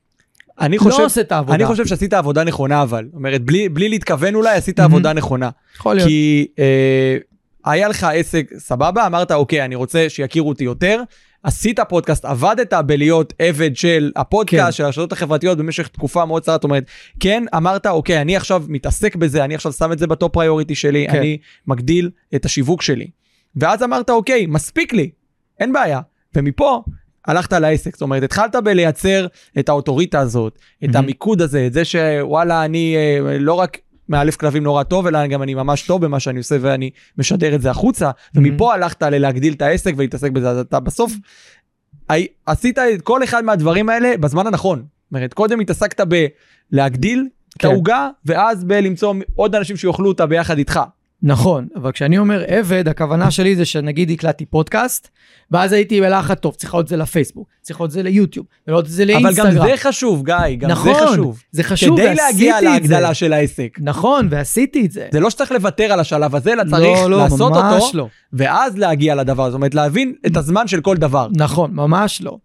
לא עושה את העבודה. אני חושב שעשית עבודה נכונה, אבל, אומרת, בלי להתכוון אולי, עשית עבודה נכונה. יכול להיות. כי היה לך עסק סבבה, אמרת, אוקיי, אני רוצה שיכירו אותי יותר, עשית פודקאסט, עבדת בלהיות עבד של הפודקאסט, של הרשתות החברתיות במשך תקופה מאוד צרה, זאת אומרת, כן, אמרת, אוקיי, אני עכשיו מתעסק בזה, אני עכשיו שם את זה בטופ פריוריטי שלי, אני מגדיל את השיווק שלי. ואז אמרת, אוקיי, מספיק לי, אין בעיה. ומפה הלכת לעסק, זאת אומרת, התחלת בלייצר את האוטוריטה הזאת, את המיקוד הזה, את זה שוואלה, אני לא רק מאלף כלבים נורא טוב, אלא גם אני ממש טוב במה שאני עושה, ואני משדר את זה החוצה, ומפה הלכת להגדיל את העסק ולהתעסק בזה, אז אתה בסוף עשית את כל אחד מהדברים האלה בזמן הנכון, זאת אומרת, קודם התעסקת בלהגדיל את ההוגה, ואז בלמצוא עוד אנשים שיוכלו אותה ביחד איתך. נכון, אבל כשאני אומר עבד, הכוונה שלי זה שנגיד הקלטתי פודקאסט, ואז הייתי בלחץ טוב, צריך עוד זה לפייסבוק, צריך עוד זה ליוטיוב, ולעוד זה לאינסטגרם. אבל גם זה חשוב, גיא, גם נכון, זה חשוב. זה חשוב, כדי להגיע להגדלה של העסק. נכון, ועשיתי את זה. זה לא שצריך לוותר על השלב הזה, אלא צריך לעשות אותו, ואז להגיע לדבר, זאת אומרת, להבין את הזמן של כל דבר. נכון, ממש לא.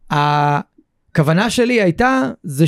הכוונה שלי הייתה, זה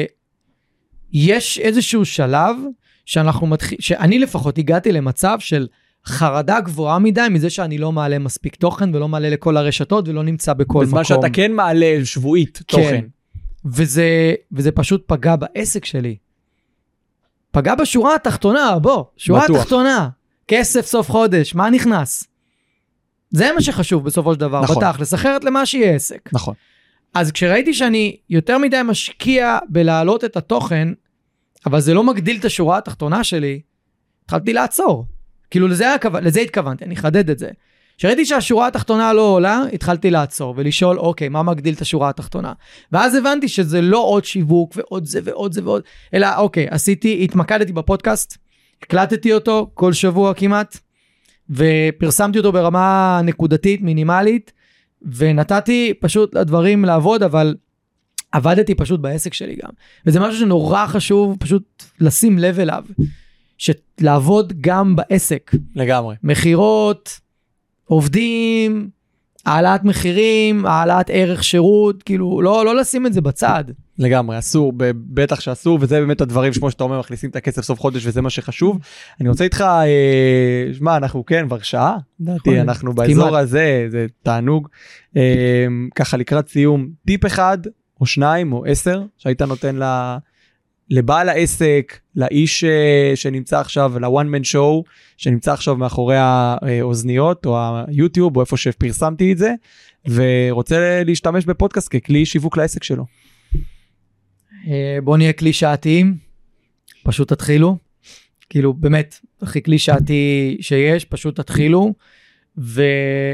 שיש איזשהו שלב, שאני לפחות הגעתי למצב של חרדה גבוהה מדי, מזה שאני לא מעלה מספיק תוכן, ולא מעלה לכל הרשתות, ולא נמצא בכל מקום. בזמן שאתה כן מעלה שבועית תוכן. וזה פשוט פגע בעסק שלי. פגע בשורה התחתונה, שורה התחתונה. כסף סוף חודש, מה נכנס? זה מה שחשוב בסופו של דבר, בתכלס, אחרת למה שיהיה עסק. נכון. אז כשראיתי שאני יותר מדי משקיע בלהעלות את התוכן, אבל זה לא מגדיל את השורה התחתונה שלי, התחלתי לעצור. כאילו לזה התכוונתי, אני אחדד את זה. כשראיתי שהשורה התחתונה לא עולה, התחלתי לעצור ולשאול, אוקיי, מה מגדיל את השורה התחתונה? ואז הבנתי שזה לא עוד שיווק ועוד זה ועוד זה ועוד, אלא אוקיי, התמקדתי בפודקאסט, הקלטתי אותו כל שבוע כמעט, ופרסמתי אותו ברמה נקודתית, מינימלית, ונתתי פשוט לדברים לעבוד, אבל עבדתי פשוט בעסק שלי גם. וזה משהו שנורא חשוב פשוט לשים לב אליו, שלעבוד גם בעסק. לגמרי. מחירות, עובדים, העלאת מחירים, העלאת ערך שירות, כאילו לא לשים את זה בצד. לגמרי, אסור, בטח שאסור, וזה באמת הדברים שמו שאתה אומר, מכניסים את הכסף סוף חודש, וזה מה שחשוב. אני רוצה איתך, שמה, אנחנו כן, כבר שעה, דעתי, אנחנו באזור הזה, זה תענוג. ככה לקראת סיום, טיפ אחד, או 2, או 10, שהיית נותן לבעל העסק, לאיש שנמצא עכשיו, ל-one man show, שנמצא עכשיו מאחורי האוזניות, או היוטיוב, או איפה שפרסמתי את זה, ורוצה להשתמש בפודקאסט ככלי שיווק לעסק שלו. בוא נהיה כלי שעתיים, פשוט תתחילו, כאילו באמת, הכי כלי שעתי שיש, פשוט תתחילו, ואני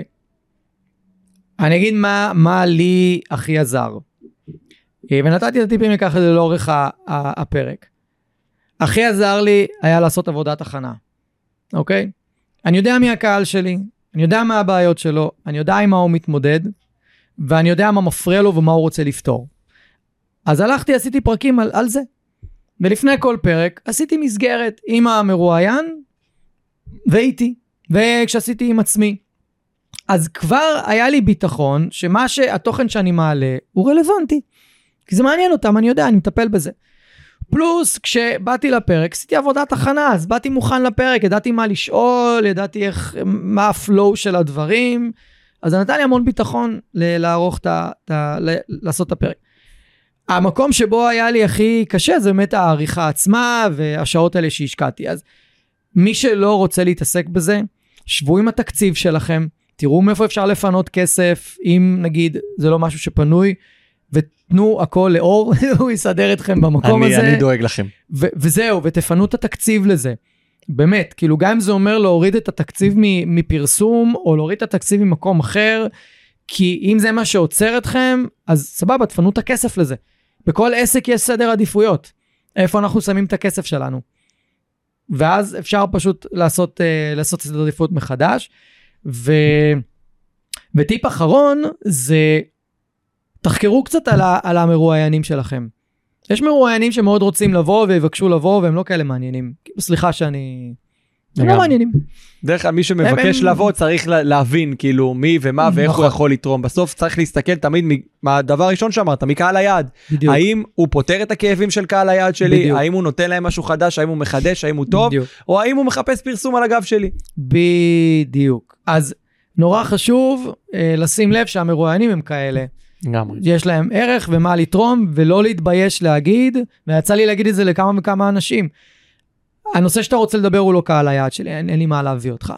אגיד מה לי הכי עזר, ונתתי את הטיפים לכך לאורך הפרק. הכי עזר לי היה לעשות עבודת הכנה, אוקיי? אני יודע מי הקהל שלי, אני יודע מה הבעיות שלו, אני יודע עם מה הוא מתמודד, ואני יודע מה מפריע לו ומה הוא רוצה לפתור. אז הלכתי, עשיתי פרקים על זה, ולפני כל פרק עשיתי מסגרת עם המרואיין ואיתי, וכשעשיתי עם עצמי. אז כבר היה לי ביטחון שהתוכן שאני מעלה הוא רלוונטי, כי זה מעניין אותם, אני יודע, אני מטפל בזה. פלוס, כשבאתי לפרק, עשיתי עבודת הכנה, אז באתי מוכן לפרק, ידעתי מה לשאול, ידעתי מה הפלואו של הדברים, אז זה נתן לי המון ביטחון לעשות את הפרק. המקום שבו היה לי הכי קשה, זה באמת העריכה עצמה, והשעות האלה שהשקעתי. אז מי שלא רוצה להתעסק בזה, שבו עם התקציב שלכם, תראו מאיפה אפשר לפנות כסף, אם נגיד זה לא משהו שפנוי, ותנו הכל לאור, הוא יסדר אתכם במקום הזה. אני דואג לכם. וזהו, ותפנו את התקציב לזה. באמת, כאילו גם אם זה אומר להוריד את התקציב מפרסום, או להוריד את התקציב ממקום אחר, כי אם זה מה שעוצר אתכם, אז סבבה, תפנו את הכסף לזה. בכל עסק יש סדר עדיפויות. איפה אנחנו שמים את הכסף שלנו. ואז אפשר פשוט לעשות סדר עדיפויות מחדש. וטיפ אחרון זה, תחקרו קצת על המרואיינים שלכם. יש מרואיינים שמאוד רוצים לבוא ויבקשו לבוא, והם לא כאלה מעניינים. סליחה שאני... הם לא מעניינים. דרך כלל מי שמבקש לבוא צריך להבין כאילו מי ומה ואיך הוא יכול לתרום. בסוף צריך להסתכל תמיד מהדבר הראשון שאמרת, מקהל היעד. האם הוא פותר את הכאבים של קהל היעד שלי? האם הוא נותן להם משהו חדש? האם הוא מחדש? האם הוא טוב? או האם הוא מחפש פרסום על הגב שלי? בדיוק. אז נורא חשוב לשים לב שהמרואיינים הם כאלה. יש להם ערך ומה לתרום, ולא להתבייש להגיד, ויצא לי להגיד את זה לכמה וכמה אנשים. הנושא שאתה רוצה לדבר הוא לא קהל היעד שלי, אין לי מה להביא אותך.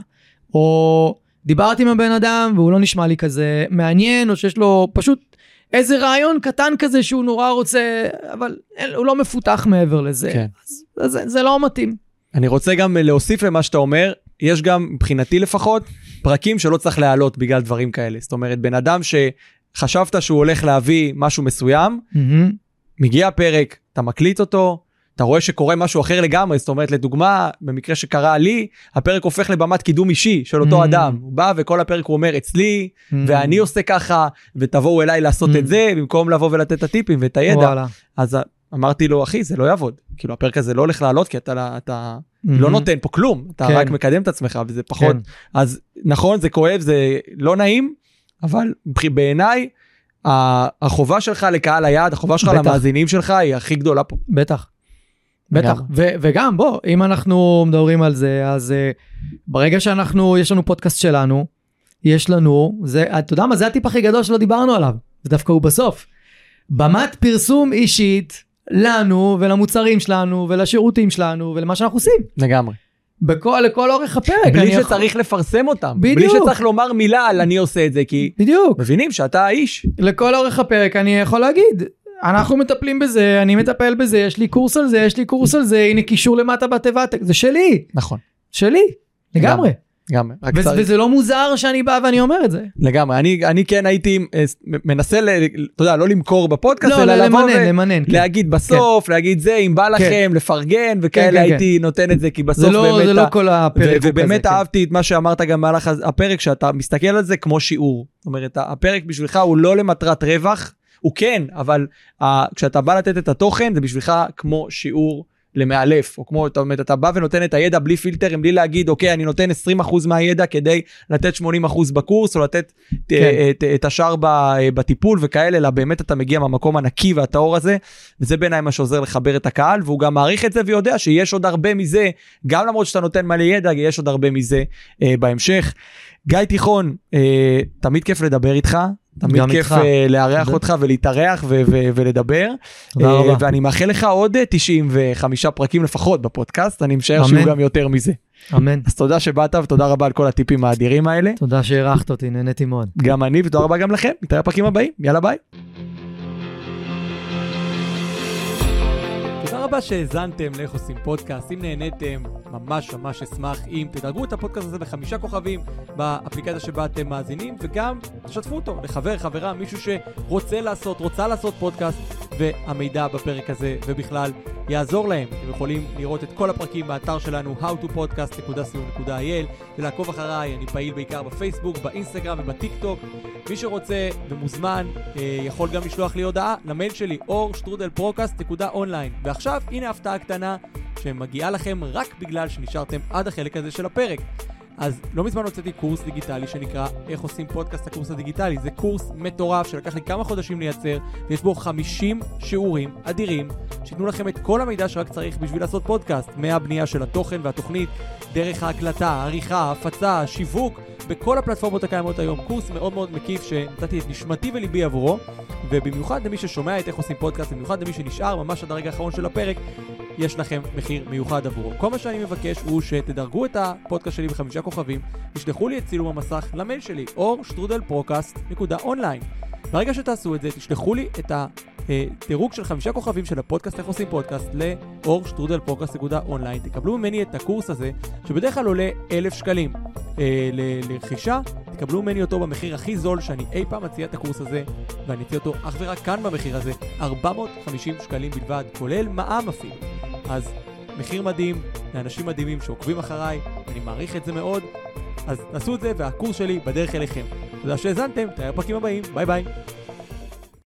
או דיברתי עם הבן אדם והוא לא נשמע לי כזה מעניין, או שיש לו פשוט איזה רעיון קטן כזה שהוא נורא רוצה, אבל הוא לא מפותח מעבר לזה. כן. אז זה לא מתאים. אני רוצה גם להוסיף למה שאתה אומר, יש גם מבחינתי לפחות פרקים שלא צריך להעלות בגלל דברים כאלה. זאת אומרת, בן אדם שחשבת שהוא הולך להביא משהו מסוים, מגיע פרק, אתה מקליט אותו, אתה רואה שקורה משהו אחר לגמרי, זאת אומרת, לדוגמה, במקרה שקרה לי, הפרק הופך לבמת קידום אישי של אותו אדם. הוא בא וכל הפרק הוא אומר, אצלי, ואני עושה ככה, ותבואו אליי לעשות את זה, במקום לבוא ולתת את הטיפים ואת הידע. אז אמרתי לו, אחי, זה לא יעבוד. כאילו, הפרק הזה לא הולך לעלות, כי אתה לא נותן פה כלום, אתה רק מקדם את עצמך, וזה פחות. אז נכון, זה כואב, זה לא נעים, אבל בעיניי, החובה שלך לקהל היעד, החובה שלך למאזינים שלך, היא הכי גדולה פה. בטח. בטח, וגם בוא, אם אנחנו מדברים על זה, אז ברגע יש לנו פודקאסט שלנו, יש לנו, אתה יודע מה, זה הטיפ הכי גדול שלא דיברנו עליו, ודווקא הוא בסוף, במת פרסום אישית, לנו ולמוצרים שלנו, ולשירותים שלנו, ולמה שאנחנו עושים. לגמרי. לכל אורך הפרק. בלי שצריך לפרסם אותם. בדיוק. בלי שצריך לומר מילה על אני עושה את זה, כי בדיוק. מבינים שאתה האיש. לכל אורך הפרק אני יכול להגיד, אנחנו מטפלים בזה, אני מטפל בזה, יש לי קורס על זה, יש לי קורס על זה, הנה קישור למטה בתיבת, זה שלי. נכון. שלי, לגמרי. לגמרי. וזה לא מוזר שאני בא ואני אומר את זה. לגמרי, אני כן הייתי מנסה, אתה יודע, לא למכור בפודקאסט, אלא לבוא ולהגיד בסוף, להגיד זה, אם בא לכם, לפרגן, וכאלה הייתי נותן את זה, כי בסוף באמת, זה לא כל הפרק. ובאמת אהבתי את מה שאמרת גם במהלך הפרק, שאתה מסתכל על זה כמו שיעור. זאת אומרת, הפרק בשבילך הוא לא למטרת רווח, הוא כן, אבל כשאתה בא לתת את התוכן, זה בשבילך כמו שיעור למאלף, או כמו, אתה בא ונותן את הידע בלי פילטרים, בלי להגיד, אוקיי, אני נותן 20% מהידע כדי לתת 80% בקורס, או לתת את השאר בטיפול וכאלה, אלא באמת אתה מגיע מהמקום הנקי והטהור הזה, וזה בעיניי מה שעוזר לחבר את הקהל, והוא גם מעריך את זה ויודע שיש עוד הרבה מזה, גם למרות שאתה נותן מלא ידע, יש עוד הרבה מזה בהמשך. גיא תיכון, תמיד כיף לדבר איתך, תמיד כיף לארח אותך ולהתארח ולדבר. תודה רבה. ואני מאחל לך עוד 95 פרקים לפחות בפודקאסט, אני משער שיהיו גם יותר מזה. אמן. אז תודה שבאת ותודה רבה על כל הטיפים האדירים האלה. תודה שהערכת אותי, נהניתי מאוד. גם אני ותודה רבה גם לכם. נתראה בפרקים הבאים, יאללה ביי. תודה רבה שהזנתם לאיך עושים פודקאסט. אם נהניתם, ממש אשמח אם תדרגו את הפודקאסט הזה ב5 כוכבים באפליקציה שבה אתם מאזינים, וגם תשתפו אותו חברה, מישהו רוצה לעשות פודקאסט, והמידע בפרק הזה ובכלל יעזור להם. אתם יכולים לראות את כל הפרקים באתר שלנו howtopodcast.co.il ולעקוב אחריי, אני פעיל בעיקר בפייסבוק, באינסטגרם ובטיק טוק. מי שרוצה ומוזמן יכול גם לשלוח לי הודעה למייל שלי or@strudel.podcast.online. ועכשיו הנה הפתעה קטנה שמגיעה לכם רק בגלל שנשארתם עד החלק הזה של הפרק. אז לא מזמן הוצאתי קורס דיגיטלי שנקרא איך עושים פודקאסט, הקורס הדיגיטלי. זה קורס מטורף שלקח לי כמה חודשים לייצר, ויש בו 50 שיעורים אדירים שיתנו לכם את כל המידע שרק צריך בשביל לעשות פודקאסט, מהבנייה של התוכן והתוכנית, דרך ההקלטה, העריכה, הפצה, שיווק, בכל הפלטפורמות הקיימות היום. קורס מאוד מאוד מקיף שנתתי את נשמתי וליבי עבורו, ובמיוחד למי ששומע את איך עושים פודקאסט, במיוחד למי שנשאר ממש עד הרגע האחרון של הפרק, יש לכם מחיר מיוחד עבורו. כל מה שאני מבקש הוא שתדרגו את הפודקאסט שלי ב5 כוכבים, תשלחו לי את צילום המסך למייל שלי or@strudel.podcast.online. ברגע שתעשו את זה, תשלחו לי את הדירוג של 5 כוכבים של הפודקאסט איך עושים פודקאסט ל-or@strudel.podcast.online. תקבלו ממני את הקורס הזה שבדרך כלל עולה 1,000 שקלים לרכישה. תקבלו ממני אותו במחיר הכי זול שאני אי פעם מציע את הקורס הזה, ואני אציע אותו אך ורק כאן במחיר הזה, 450 שקלים בלבד, כולל מע"מ אפילו. אז מחיר מדהים לאנשים מדהימים שעוקבים אחריי, אני מעריך את זה מאוד. אז תעשו את זה והקורס שלי בדרך אליכם. תודה שהזנתם, תראה בפרקים הבאים, ביי ביי.